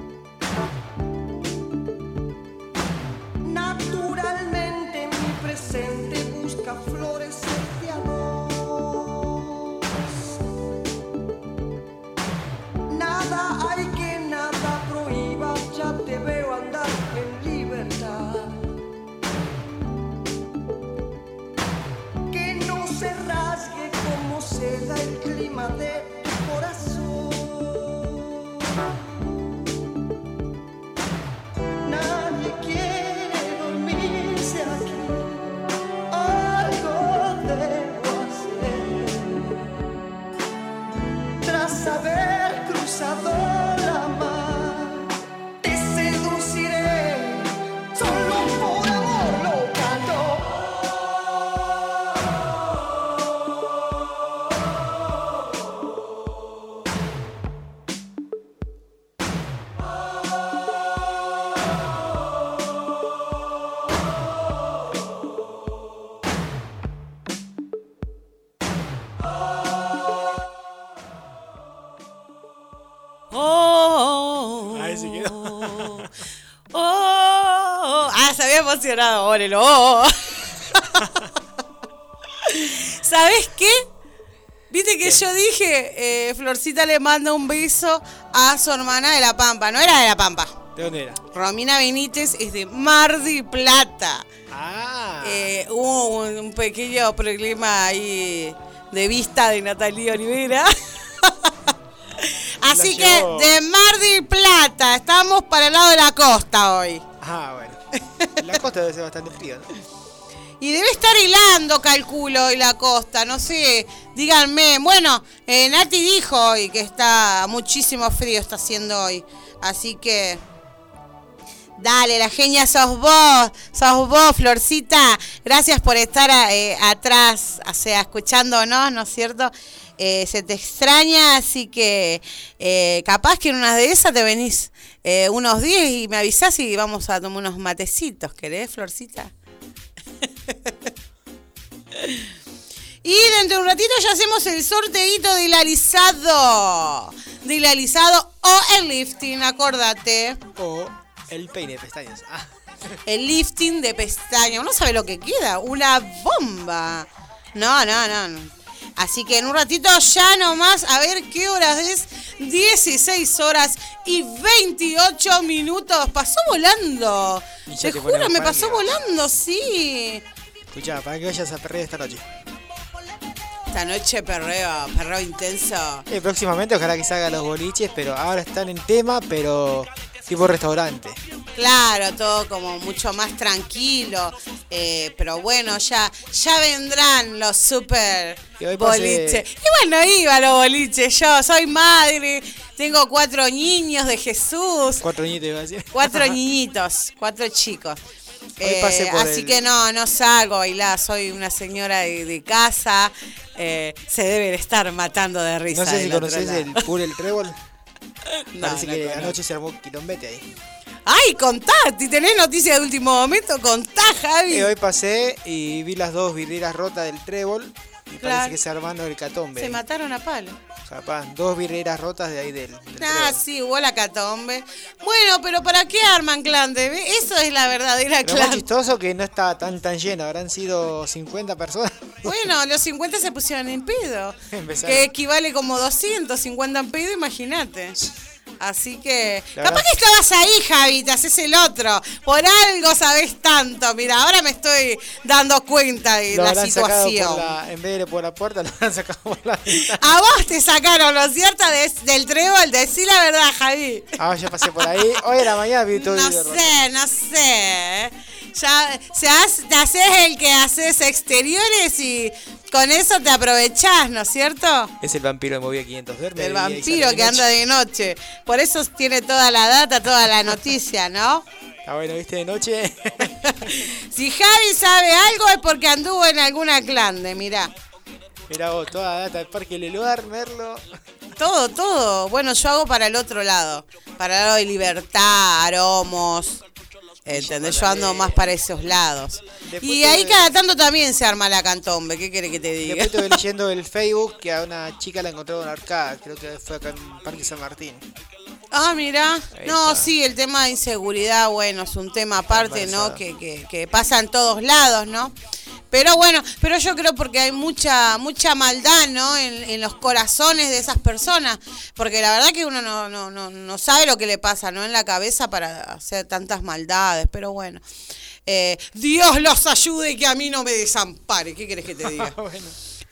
Naturalmente mi presente busca florecerte a dos. Nada hay que nada prohíba, ya te veo andar en libertad. Que no se rasgue como seda el clima de tu corazón. Nadie quiere dormirse aquí, algo debo hacer. Tras haber cruzado la mar, te seduciré, solo por amor loca, no. Oh, Ahí se quedó. Se había emocionado, órelo. Oh. ¿Sabés qué? Viste que yo dije, Florcita le manda un beso a su hermana de La Pampa. No era de La Pampa. ¿De dónde era? Romina Benítez es de Mar del Plata. Ah. Hubo un pequeño problema ahí de vista de Natalia Olivera. Así que llevó. de Mar del Plata, estamos para el lado de la costa hoy. Ah, bueno. La costa debe ser bastante fría, ¿no? Y debe estar helando, calculo, hoy la costa, no sé, díganme. Bueno, Nati dijo hoy que está muchísimo frío, está haciendo hoy. Así que, dale, la genia sos vos, Florcita. Gracias por estar atrás, o sea, escuchándonos, ¿no es cierto? Se te extraña, así que capaz que en una de esas te venís unos días y me avisás y vamos a tomar unos matecitos, ¿querés, Florcita? Y dentro de un ratito ya hacemos el sorteito del alisado. Del alisado o el lifting, acordate. O el peine de pestañas. Ah. El lifting de pestañas. Uno sabe lo que queda. Una bomba. No. Así que en un ratito ya nomás, a ver qué horas es. 16 horas y 28 minutos. Pasó volando. Y ya Te te juro, ponemos me pasó pánico. volando, sí. Escuchá, para que vayas a perrear esta noche. Esta noche perreo intenso. Próximamente ojalá que salgan los boliches, pero ahora están en tema, pero tipo restaurante. Claro, todo como mucho más tranquilo. Pero bueno, ya vendrán los super Y hoy pasé- boliches. Igual no iba a los boliches, yo soy madre, tengo 4 niños de Jesús. 4 niñitos iba a decir. 4 niñitos, 4 chicos. Hoy pasé por Así el- que no salgo a bailar, soy una señora de casa. Se deben estar matando de risa. No sé si del otro conoces lado. el pool El Trébol. No, Parece no que conozco. anoche se armó un quilombete ahí. Ay, contá, si tenés noticias de último momento, contá, Javi. Y hoy pasé y vi las 2 vidrieras rotas del Trébol. Y Claro. parece que se armando el catombe. Se mataron a palo. Capaz, 2 vidrieras rotas de ahí del Trébol. Sí, hubo la catombe. Bueno, pero ¿para qué arman clan? Eso es la verdadera Lo más clan. chistoso que no estaba tan lleno, habrán sido 50 personas. Bueno, los 50 se pusieron en pedo. Empezaron. Que equivale como 250 en pedo, imagínate. Así que, La capaz verdad- que estabas ahí, Javi, te haces el otro. Por algo sabés tanto. Mira, ahora me estoy dando cuenta de Lo la habrán sacado situación. en vez de por la puerta, lo habrán sacado por la ventana. A vos te sacaron, ¿no es cierto? Del trébol, decí la verdad, Javi. Ah, ya pasé por ahí. Hoy a la mañana vi todo el No video roto. sé. Ya te haces el que haces exteriores y con eso te aprovechás, ¿no es cierto? Es el vampiro de Movida 500 Verde. El vampiro que anda de noche. Por eso tiene toda la data, toda la noticia, ¿no? Ah, bueno, viste de noche. Si Javi sabe algo es porque anduvo en alguna clande, mirá. Mirá vos, toda la data del Parque Leluar, Merlo. Todo. Bueno, yo hago para el otro lado. Para el lado de Libertad, Aromos. ¿Entendés? Yo ando más para esos lados. Después Y ahí cada tanto también se arma la cantombe. ¿Qué querés que te diga? Después estuve leyendo el Facebook que a una chica la encontraron arcada, creo que fue acá en Parque San Martín. Ah, mira. Ahí No, está. sí, el tema de inseguridad, bueno, es un tema aparte, ¿no? Embarazada. Que pasa en todos lados, ¿no? Pero bueno, pero yo creo porque hay mucha maldad, ¿no? En los corazones de esas personas. Porque la verdad que uno no sabe lo que le pasa, ¿no? En la cabeza para hacer tantas maldades. Pero bueno. Dios los ayude y que a mí no me desampare. ¿Qué querés que te diga? Bueno.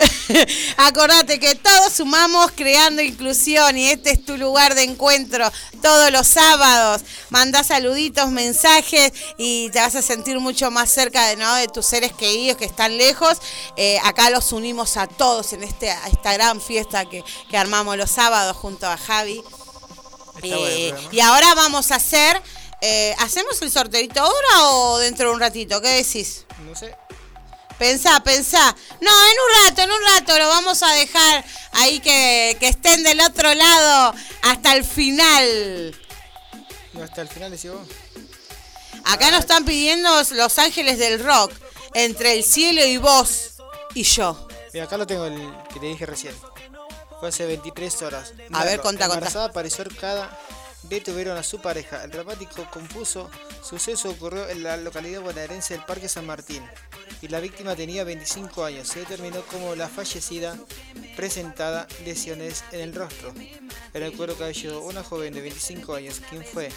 Acordate que todos sumamos creando inclusión y este es tu lugar de encuentro todos los sábados. Mandá saluditos, mensajes y te vas a sentir mucho más cerca de tus seres queridos que están lejos. Acá los unimos a todos en esta gran fiesta que armamos los sábados junto a Javi. Está bueno el programa. Y ahora vamos a hacer, ¿hacemos el sorteito ahora o dentro de un ratito? ¿Qué decís? No sé. Pensá. No, en un rato lo vamos a dejar ahí que estén del otro lado hasta el final. No, hasta el final decís vos. Acá nos están pidiendo Los Ángeles del Rock, Entre el cielo y vos y yo. Mira, acá lo tengo, el que te dije recién. Fue hace 23 horas. A ver, contá. Embarazada apareció ahorcada, detuvieron a su pareja. El dramático confuso suceso ocurrió en la localidad bonaerense del Parque San Martín. Y la víctima tenía 25 años. Se determinó como la fallecida presentaba lesiones en el rostro, en el cuero cabelludo. Una joven de 25 años, quien fue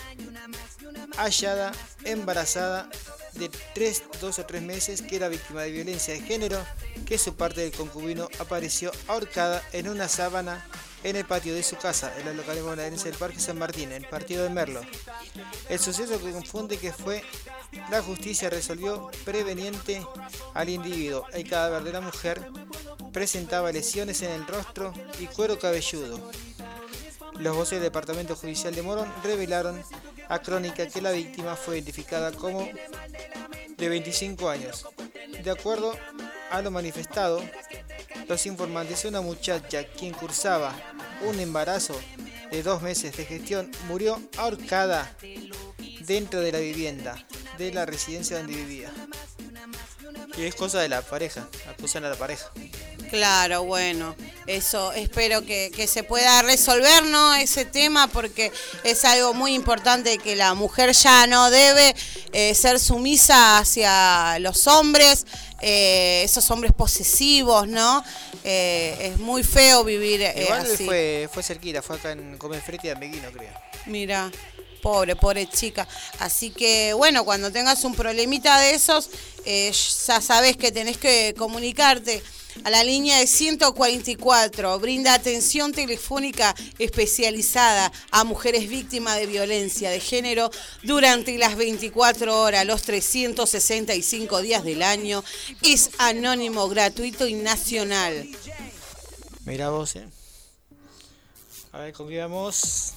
hallada embarazada de 2 o 3 meses, que era víctima de violencia de género, que su parte del concubino apareció ahorcada en una sábana en el patio de su casa, en la localidad bonaerense del Parque San Martín, en el partido de Merlo. El suceso que confunde que fue la justicia resolvió preveniente al individuo. El cadáver de la mujer presentaba lesiones en el rostro y cuero cabelludo. Los voceros del Departamento Judicial de Morón revelaron a Crónica que la víctima fue identificada como de 25 años. De acuerdo a lo manifestado, los informantes, una muchacha quien cursaba un embarazo de 2 meses de gestión murió ahorcada dentro de la vivienda de la residencia donde vivía. Y es cosa de la pareja, acusan a la pareja. Claro, bueno, eso espero que se pueda resolver, ¿no? Ese tema, porque es algo muy importante que la mujer ya no debe ser sumisa hacia los hombres, esos hombres posesivos, ¿no? Es muy feo vivir Igual así. fue cerquita, fue acá en Comer Frete de Ameguino, creo. Mira, pobre chica. Así que, bueno, cuando tengas un problemita de esos, ya sabes que tenés que comunicarte a la línea de 144. Brinda atención telefónica especializada a mujeres víctimas de violencia de género durante las 24 horas, los 365 días del año. Es anónimo, gratuito y nacional. Mira vos, A ver, ¿con qué vamos?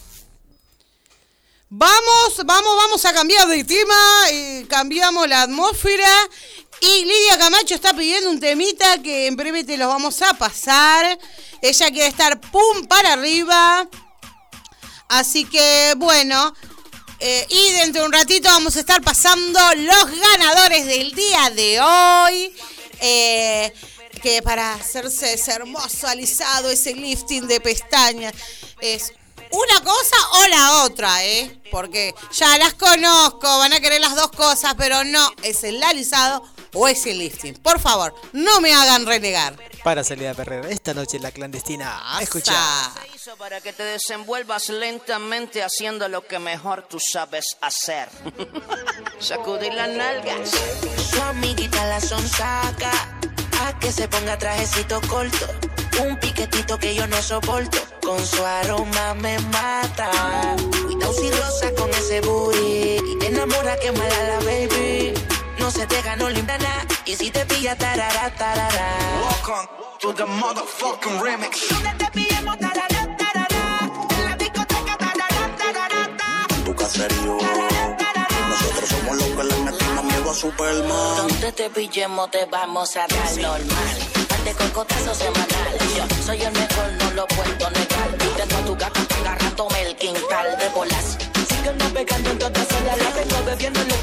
Vamos a cambiar de tema, cambiamos la atmósfera y Lidia Camacho está pidiendo un temita que en breve te los vamos a pasar. Ella quiere estar pum para arriba, así que bueno, y dentro de un ratito vamos a estar pasando los ganadores del día de hoy. Que para hacerse ese hermoso alisado, ese lifting de pestañas, es una cosa o la otra, porque ya las conozco, van a querer las dos cosas, pero no, es el alisado o es el lifting. Por favor, no me hagan renegar. Para salir a perder esta noche en la clandestina. Escucha. Para que te desenvuelvas lentamente haciendo lo que mejor tú sabes hacer. Sacudir las nalgas. Su amiguita la sonsaca, a que se ponga trajecito corto. Un piquetito que yo no soporto, con su aroma me mata. Cuidado si rosa con ese booty y te enamora que mala la baby. No se te ganó linda nada, y si te pilla tarara, tarara. Welcome to the motherfucking remix. Donde te pillemos tarara, tarara. En la discoteca tarara, tarara. Tu caserío. Nosotros somos los que le metimos miedo a Superman. Donde te pillemos te vamos a dar normal. De cocotazo semanal. Yo soy el mejor, no lo puedo negar. Tengo a tu gata agarrándome el quintal de bolas. Siguen navegando en todas horas, la vengo bebiendo en los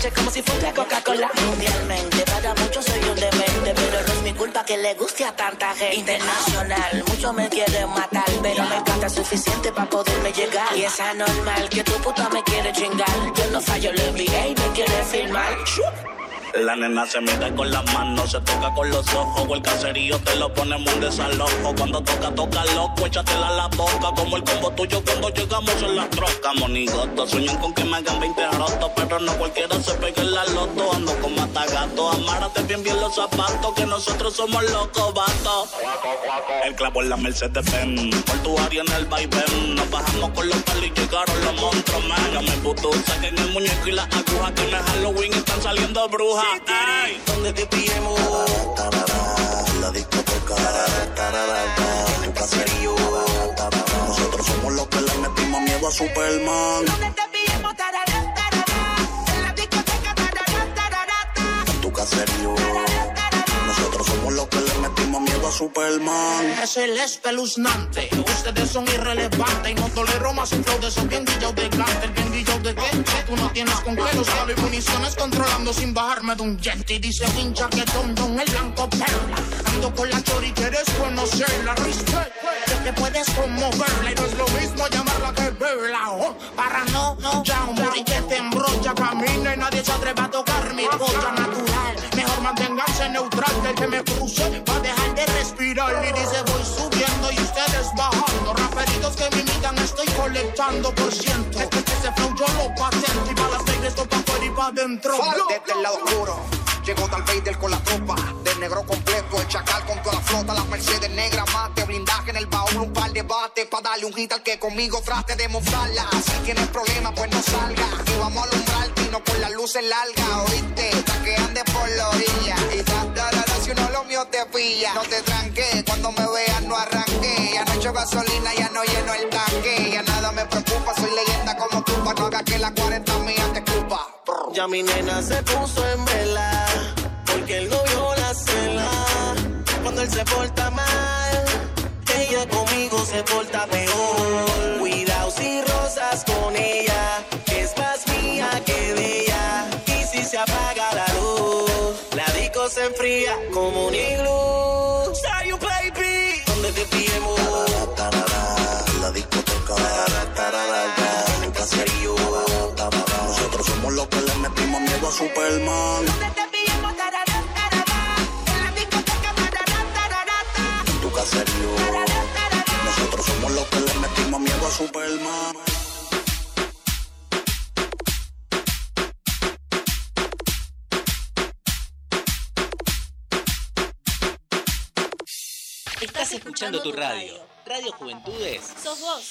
noche como si fuera Coca-Cola. Mundialmente, para muchos soy un demente, pero no es mi culpa que le guste a tanta gente. Internacional, muchos me quieren matar, pero me encanta suficiente para poderme llegar. Y es anormal que tu puta me quiere chingar. Yo no fallo, le envié y me quiere filmar. La nena se mide con las manos, se toca con los ojos. O el caserío te lo ponemos en desalojo. Cuando toca loco, échatela a la boca. Como el combo tuyo cuando llegamos en la troca. Monigoto, sueñan con que me hagan 20 rotos, pero no cualquiera se pega en la loto. Ando con matagato, amárate bien los zapatos, que nosotros somos locos, vato. El clavo en la Mercedes-Benz, por tu área en el vaivén. Nos bajamos con los palos y llegaron los monstruos, man. No me puto, saquen el muñeco y las agujas, que no es Halloween, están saliendo brujas. Ay, ¿dónde te pillemos? La discoteca, tu caserío. Nosotros somos los que le metimos miedo a Superman. ¿Dónde te pillemos? En la discoteca, Tu caserío. Nosotros somos los que le metimos miedo a Superman. Es el espeluznante. Ustedes son irrelevantes y no tolero más un flow de esos bien guillados de cante. El bien guillado de qué? Tú no tienes con qué. Los diablos y municiones controlando sin bajarme de un jet. Y dice pincha que don el blanco perla. Ando con la chori, quieres conocerla. Respect, que te puedes conmoverla. Y no es lo mismo llamarla que verla. Oh, para no, ya un booty que te embrolla. Camina y nadie se atreve a tocar mi polla natural. Mejor manténganse neutral, que el que me cruce va a dejar de respirar. Y dice voy subiendo y ustedes bajando. Raperitos que me imitan estoy colectando por ciento. Ese flow yo lo patento. Y para las Vegas esto pa' fuera y pa' adentro. Desde el lado oscuro llegó Darth Vader con la tropa del negro completo, el chacal con toda la flota, la Mercedes negra mate, blindaje en el baúl, un par de bates pa' darle un hit al que conmigo trate de mostrarla. Si tienes problemas pues no salga, y vamos a alumbrarte y no con las luces largas, oíste, pa' que ande por la orilla, y si uno lo mío te pilla, no te tranques, cuando me veas no arranque, ya no echo gasolina, ya no lleno el tanque, ya nada me preocupa, soy leyenda como tú, pa' no haga que la 40 mía te escupa. Ya mi nena se puso en vela, porque el novio la cela. Cuando él se porta mal, ella conmigo se porta peor. Cuidado si rozas con ella, que es más mía que de ella. Y si se apaga la luz, la disco se enfría como un iglú. Say you baby, ¿dónde te pillemos? La discoteca, tu caserío. Nosotros somos los que le metimos miedo a Superman. Tu caserío. Nosotros somos los que le metimos miedo a Superman. Estás escuchando tu radio. Radio Juventudes. Sos vos.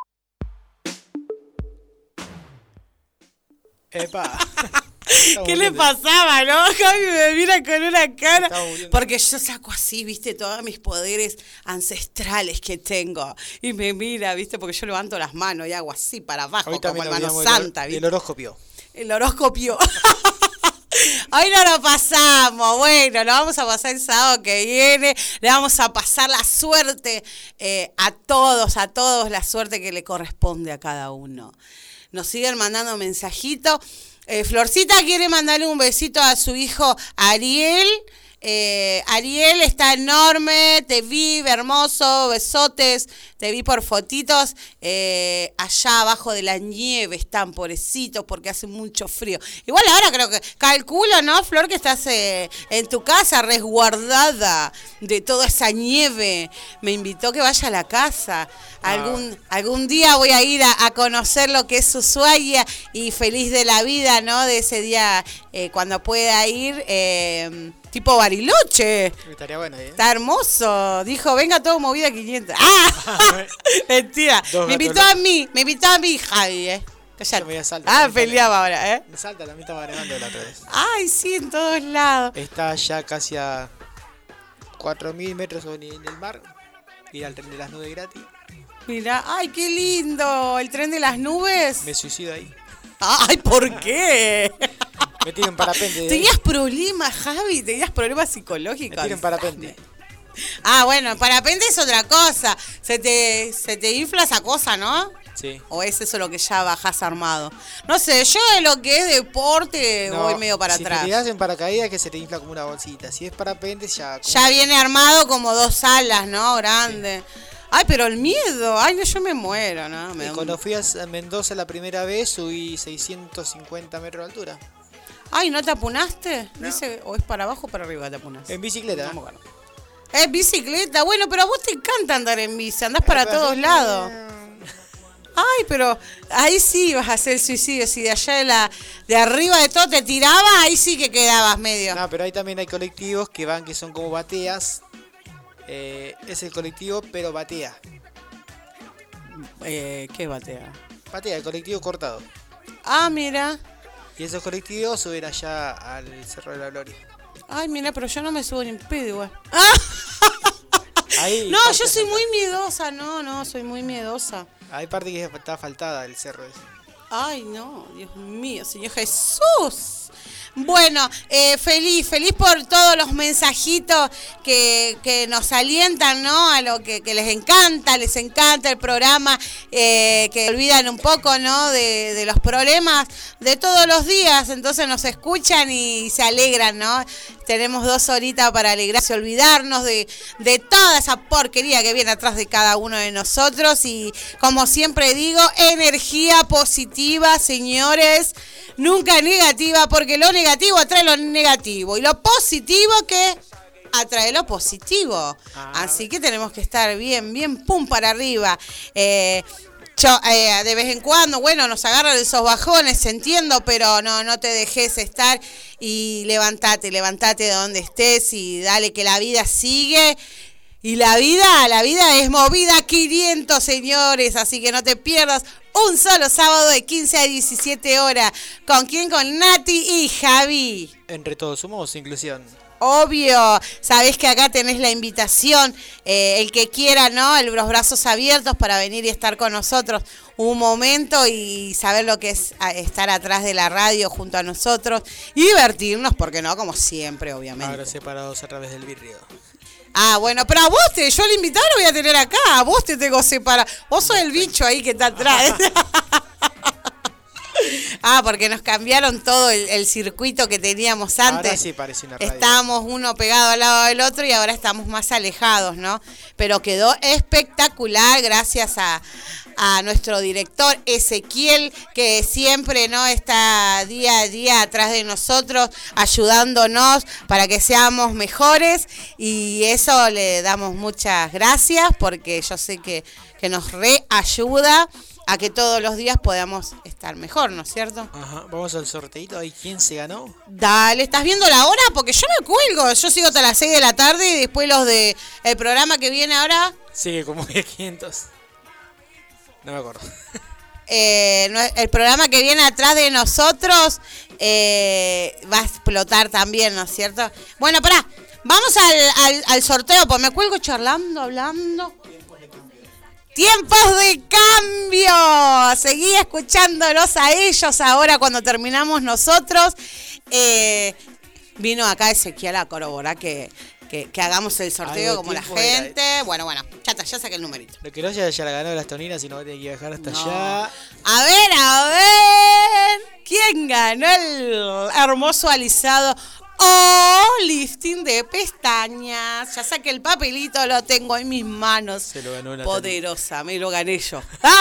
Epa. ¿Qué le pasaba, no? Javi me mira con una cara. Porque yo saco así, viste, todos mis poderes ancestrales que tengo. Y me mira, viste, porque yo levanto las manos y hago así para abajo, Ahorita como hermano santa, ¿viste? El horóscopio. El horóscopio. Hoy no lo pasamos, bueno, lo vamos a pasar el sábado que viene, le vamos a pasar la suerte a todos, la suerte que le corresponde a cada uno. Nos siguen mandando mensajitos. Florcita quiere mandarle un besito a su hijo Ariel. Ariel está enorme, te vi, hermoso, besotes, te vi por fotitos, allá abajo de la nieve están, pobrecitos, porque hace mucho frío. Igual ahora creo que, calculo, ¿no, Flor, que estás en tu casa resguardada de toda esa nieve? Me invitó que vaya a la casa. Algún día voy a ir a conocer lo que es Ushuaia y feliz de la vida, ¿no? De ese día cuando pueda ir. Tipo Bariloche. Estaría bueno, ¿eh? Está hermoso. Dijo, venga todo movida 500. ¡Ah! Mentira. Me invitó a mí, Javi, Callate. Peleaba ahora, Me salta, también estaba agregando la otra vez. Ay, sí, en todos lados. Está ya casi a 4.000 metros sobre el mar. Ir al tren de las nubes gratis. Mirá, ay, qué lindo. El tren de las nubes. Me suicido ahí. Ay, ¿por qué? Me tiran parapente. ¿Tenías problemas, Javi? ¿Tenías problemas psicológicos? Me tiran parapente. Ah, bueno, parapente es otra cosa. Se te infla esa cosa, ¿no? Sí. ¿O es eso lo que ya bajás armado? No sé, yo de lo que es deporte voy medio para si atrás. te tirás en paracaídas que se te infla como una bolsita. Si es parapente ya... Ya viene armado como 2 alas, ¿no? Grande. Sí. Ay, pero el miedo. Ay, no, yo me muero, ¿no? Cuando fui a Mendoza la primera vez subí 650 metros de altura. Ay, ¿no te apunaste? No. Dice, o es para abajo o para arriba te apunas. En bicicleta. No, es bicicleta. Bueno, pero a vos te encanta andar en bici. Andás para todos lados. Ay, pero ahí sí vas a hacer suicidio. Si de allá de arriba de todo te tirabas, ahí sí que quedabas medio. No, pero ahí también hay colectivos que van, que son como bateas. Es el colectivo, pero batea. ¿Qué batea? Batea, el colectivo cortado. Ah, mira. Y esos colectivos suben allá al Cerro de la Gloria. Ay, mira, pero yo no me subo ni en pedo igual. No, yo soy muy miedosa. No, soy muy miedosa. Hay parte que está asfaltada el cerro ese. Ay, no, Dios mío, Señor Jesús. Bueno, feliz por todos los mensajitos que nos alientan, ¿no? A lo que les encanta el programa, que olvidan un poco, ¿no? De los problemas de todos los días, entonces nos escuchan y se alegran, ¿no? Tenemos 2 horitas para alegrarse, olvidarnos de toda esa porquería que viene atrás de cada uno de nosotros y, como siempre digo, energía positiva, señores, nunca negativa, porque lo negativo atrae lo negativo y lo positivo que atrae lo positivo. Así que tenemos que estar bien pum para arriba. De vez en cuando, bueno, nos agarran esos bajones, entiendo, pero no te dejes estar y levantate de donde estés y dale que la vida sigue. Y la vida es movida 500, señores, así que no te pierdas un solo sábado de 15 a 17 horas. ¿Con quién? Con Nati y Javi. Entre todos somos inclusión. Obvio, sabés que acá tenés la invitación, el que quiera, ¿no? Los brazos abiertos para venir y estar con nosotros un momento y saber lo que es estar atrás de la radio junto a nosotros y divertirnos, porque no, como siempre, obviamente. Ahora separados a través del vidrio. Ah, bueno, pero a vos yo el invitado lo voy a tener acá, a vos te tengo separado. Vos sos el bicho ahí que está atrás. Porque nos cambiaron todo el circuito que teníamos antes. Ahora sí parece una radio. Estábamos uno pegado al lado del otro y ahora estamos más alejados, ¿no? Pero quedó espectacular gracias a nuestro director Ezequiel, que siempre, ¿no?, está día a día atrás de nosotros, ayudándonos para que seamos mejores, y eso le damos muchas gracias porque yo sé que nos reayuda a que todos los días podamos estar mejor, ¿no es cierto? Ajá, vamos al sorteito, ¿ahí quién se ganó? Dale, ¿estás viendo la hora? Porque yo me cuelgo, yo sigo hasta las 6 de la tarde y después los de el programa que viene ahora. Sigue como 500. No me acuerdo. El programa que viene atrás de nosotros va a explotar también, ¿no es cierto? Bueno, pará, vamos al sorteo, pues me cuelgo charlando, hablando. ¡Tiempos de cambio! Seguí escuchándolos a ellos ahora cuando terminamos nosotros. Vino acá Ezequiel a corroborar que hagamos el sorteo como la gente. Bueno, ya saqué el numerito. Lo que no ya la ganó las Toninas y no va a tener que viajar hasta allá. A ver. ¿Quién ganó el hermoso alisado o lifting de pestañas? Ya saqué el papelito, lo tengo en mis manos. Se lo ganó la poderosa, me lo gané yo.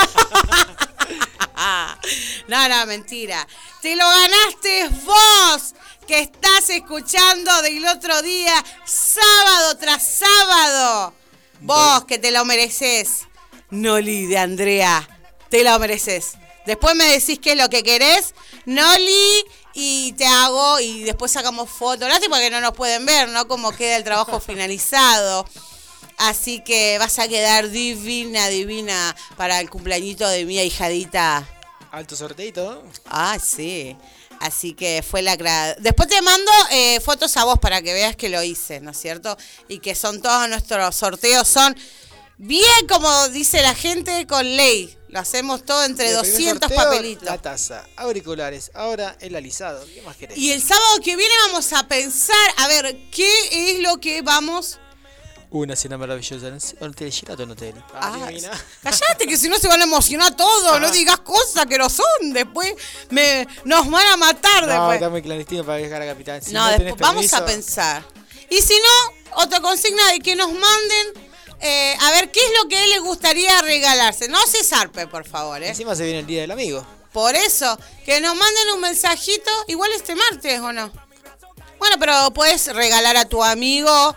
No, mentira. Te lo ganaste vos, que estás escuchando del otro día, sábado tras sábado. Vos, que te lo mereces. Noli de Andrea, te lo mereces. Después me decís qué es lo que querés, Noli, y te hago, y después sacamos fotos. Lástima que no nos pueden ver, ¿no? Cómo queda el trabajo finalizado. Así que vas a quedar divina para el cumpleañito de mi ahijadita. Alto sorteito. Ah, sí. Así que fue la... Después te mando fotos a vos para que veas que lo hice, ¿no es cierto? Y que son todos nuestros sorteos, son bien, como dice la gente, con ley. Lo hacemos todo entre 200 sorteo, papelitos. La taza, auriculares, ahora el alisado. ¿Qué más querés? Y el sábado que viene vamos a pensar, a ver, ¿qué es lo que vamos Una cena maravillosa en un hotel Sheraton Hotel. Cállate, que si no se van a emocionar todos. No digas cosas que no son. Después nos van a matar. No, después. está muy clandestino para viajar a Capitán. Si no, después vamos a pensar. Y si no, otra consigna de que nos manden a ver qué es lo que a él le gustaría regalarse. No se zarpe, por favor. Encima se viene el Día del Amigo. Por eso, que nos manden un mensajito, igual este martes, ¿o no? Bueno, pero puedes regalar a tu amigo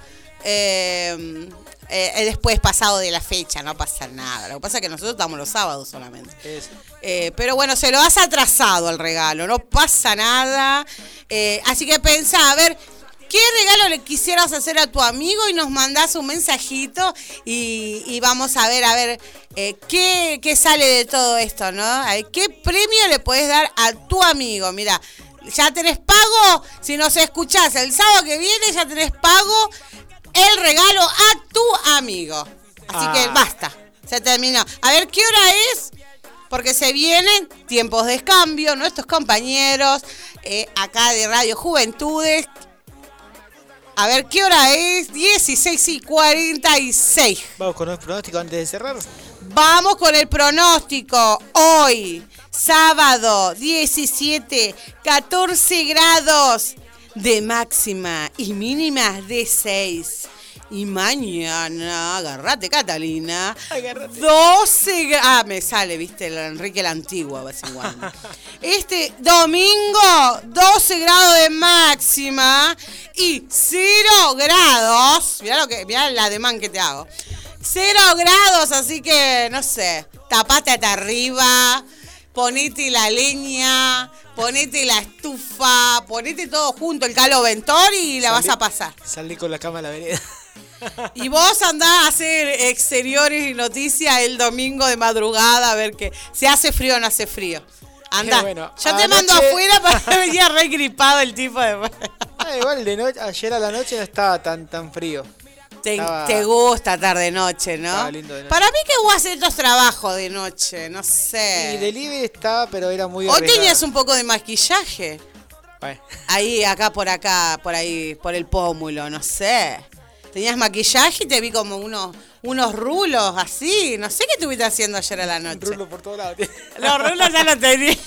después pasado de la fecha, no pasa nada. Lo que pasa es que nosotros estamos los sábados solamente. Pero bueno, se lo has atrasado el regalo, no pasa nada. Así que pensá, a ver, ¿qué regalo le quisieras hacer a tu amigo? Y nos mandás un mensajito y vamos a ver qué sale de todo esto, ¿no? A ver, ¿qué premio le podés dar a tu amigo? Mira, ya tenés pago, si nos escuchás el sábado que viene, ya tenés pago el regalo a tu amigo. Así que basta, se terminó. A ver, ¿qué hora es? Porque se vienen tiempos de cambio, nuestros compañeros acá de Radio Juventudes. A ver, ¿qué hora es? 16:46. Vamos con el pronóstico antes de cerrar. Vamos con el pronóstico. Hoy, sábado 17, 14 grados de máxima y mínimas de 6. Y mañana, agárrate Catalina, 12 grados. Me sale, viste, el Enrique el Antiguo, a ver si igual. Este domingo, 12 grados de máxima y 0 grados. Mirá la demanda que te hago. 0 grados, así que, no sé, tapate hasta arriba, ponete la leña, ponete la estufa, ponete todo junto, el caloventor y la vas a pasar. Salí con la cama a la vereda. Y vos andás a hacer exteriores y noticias el domingo de madrugada a ver que si hace frío o no hace frío. Anda, bueno, yo te mando afuera para que venir re gripado el tipo de... Igual de noche, ayer a la noche no estaba tan frío. Te gusta tarde-noche, ¿no? Estaba lindo de noche. Para mí que vos haces estos trabajos de noche, no sé. Y delivery estaba, pero era muy Hoy arriesgado. tenías un poco de maquillaje. Bueno. Ahí, por ahí, por el pómulo, no sé. Tenías maquillaje y te vi como unos rulos así. No sé qué estuviste haciendo ayer a la noche. Rulo por todos lados. Los rulos ya los tenía.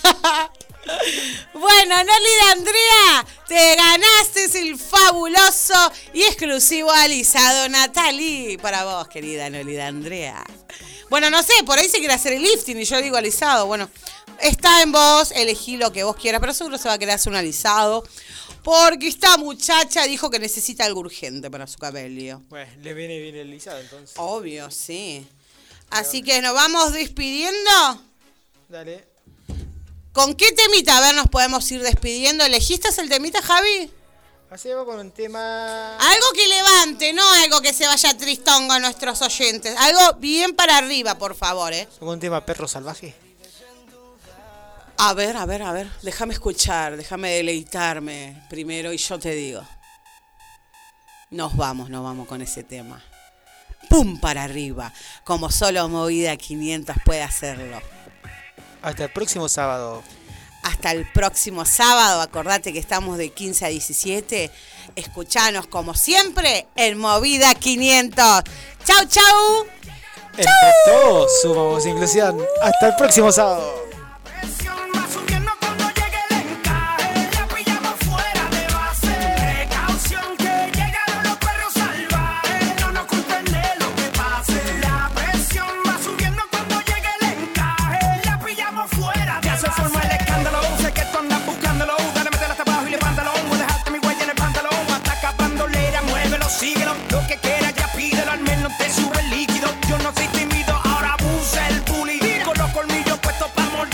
Bueno, Noli de Andrea, te ganaste el fabuloso y exclusivo alisado Natalie. Para vos, querida Noli de Andrea. Bueno, no sé, por ahí se quiere hacer el lifting y yo digo alisado. Bueno, está en vos, elegí lo que vos quieras, pero seguro se va a querer hacer un alisado. Porque esta muchacha dijo que necesita algo urgente para su cabello. Bueno, le viene bien el lisado entonces. Obvio, sí. Así que nos vamos despidiendo. Dale. ¿Con qué temita? A ver, nos podemos ir despidiendo. ¿Elegiste el temita, Javi? Así va con un tema... Algo que levante, no algo que se vaya tristongo a nuestros oyentes. Algo bien para arriba, por favor, ¿Con un tema perro salvaje? A ver. Déjame escuchar, déjame deleitarme primero y yo te digo. Nos vamos con ese tema. ¡Pum! Para arriba, como solo Movida 500 puede hacerlo. Hasta el próximo sábado. Hasta el próximo sábado. Acordate que estamos de 15 a 17. Escuchanos como siempre en Movida 500. ¡Chau, chau! Entre todos sumamos inclusión. Hasta el próximo sábado. Síguelo, lo que quieras ya pídelo, al menos te sube el líquido. Yo no soy tímido, ahora abusa el bully. Con los colmillos puestos pa' morir.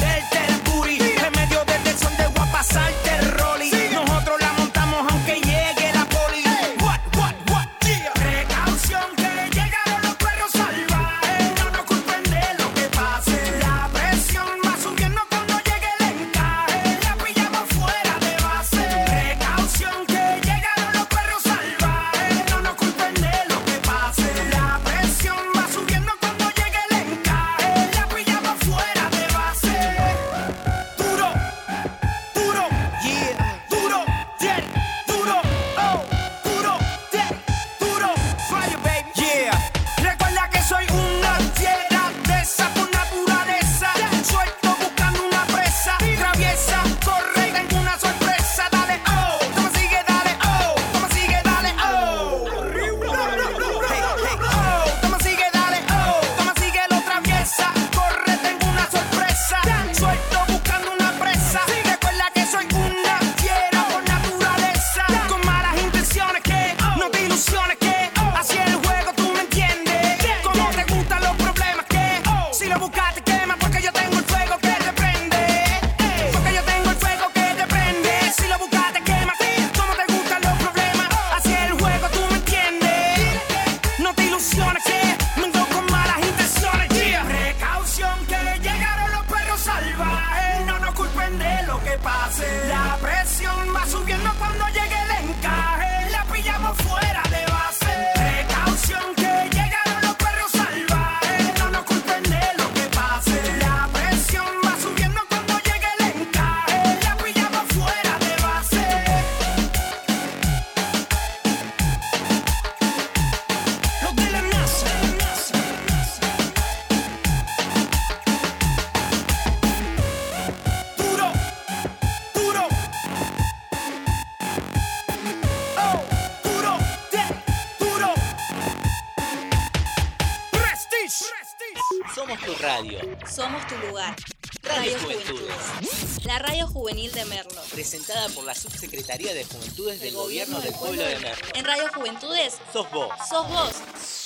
Somos tu radio. Somos tu lugar. Radio Juventudes. La radio juvenil de Merlo. Presentada por la Subsecretaría de Juventudes del Gobierno del Pueblo de Merlo. En Radio Juventudes. Sos vos. Sos vos.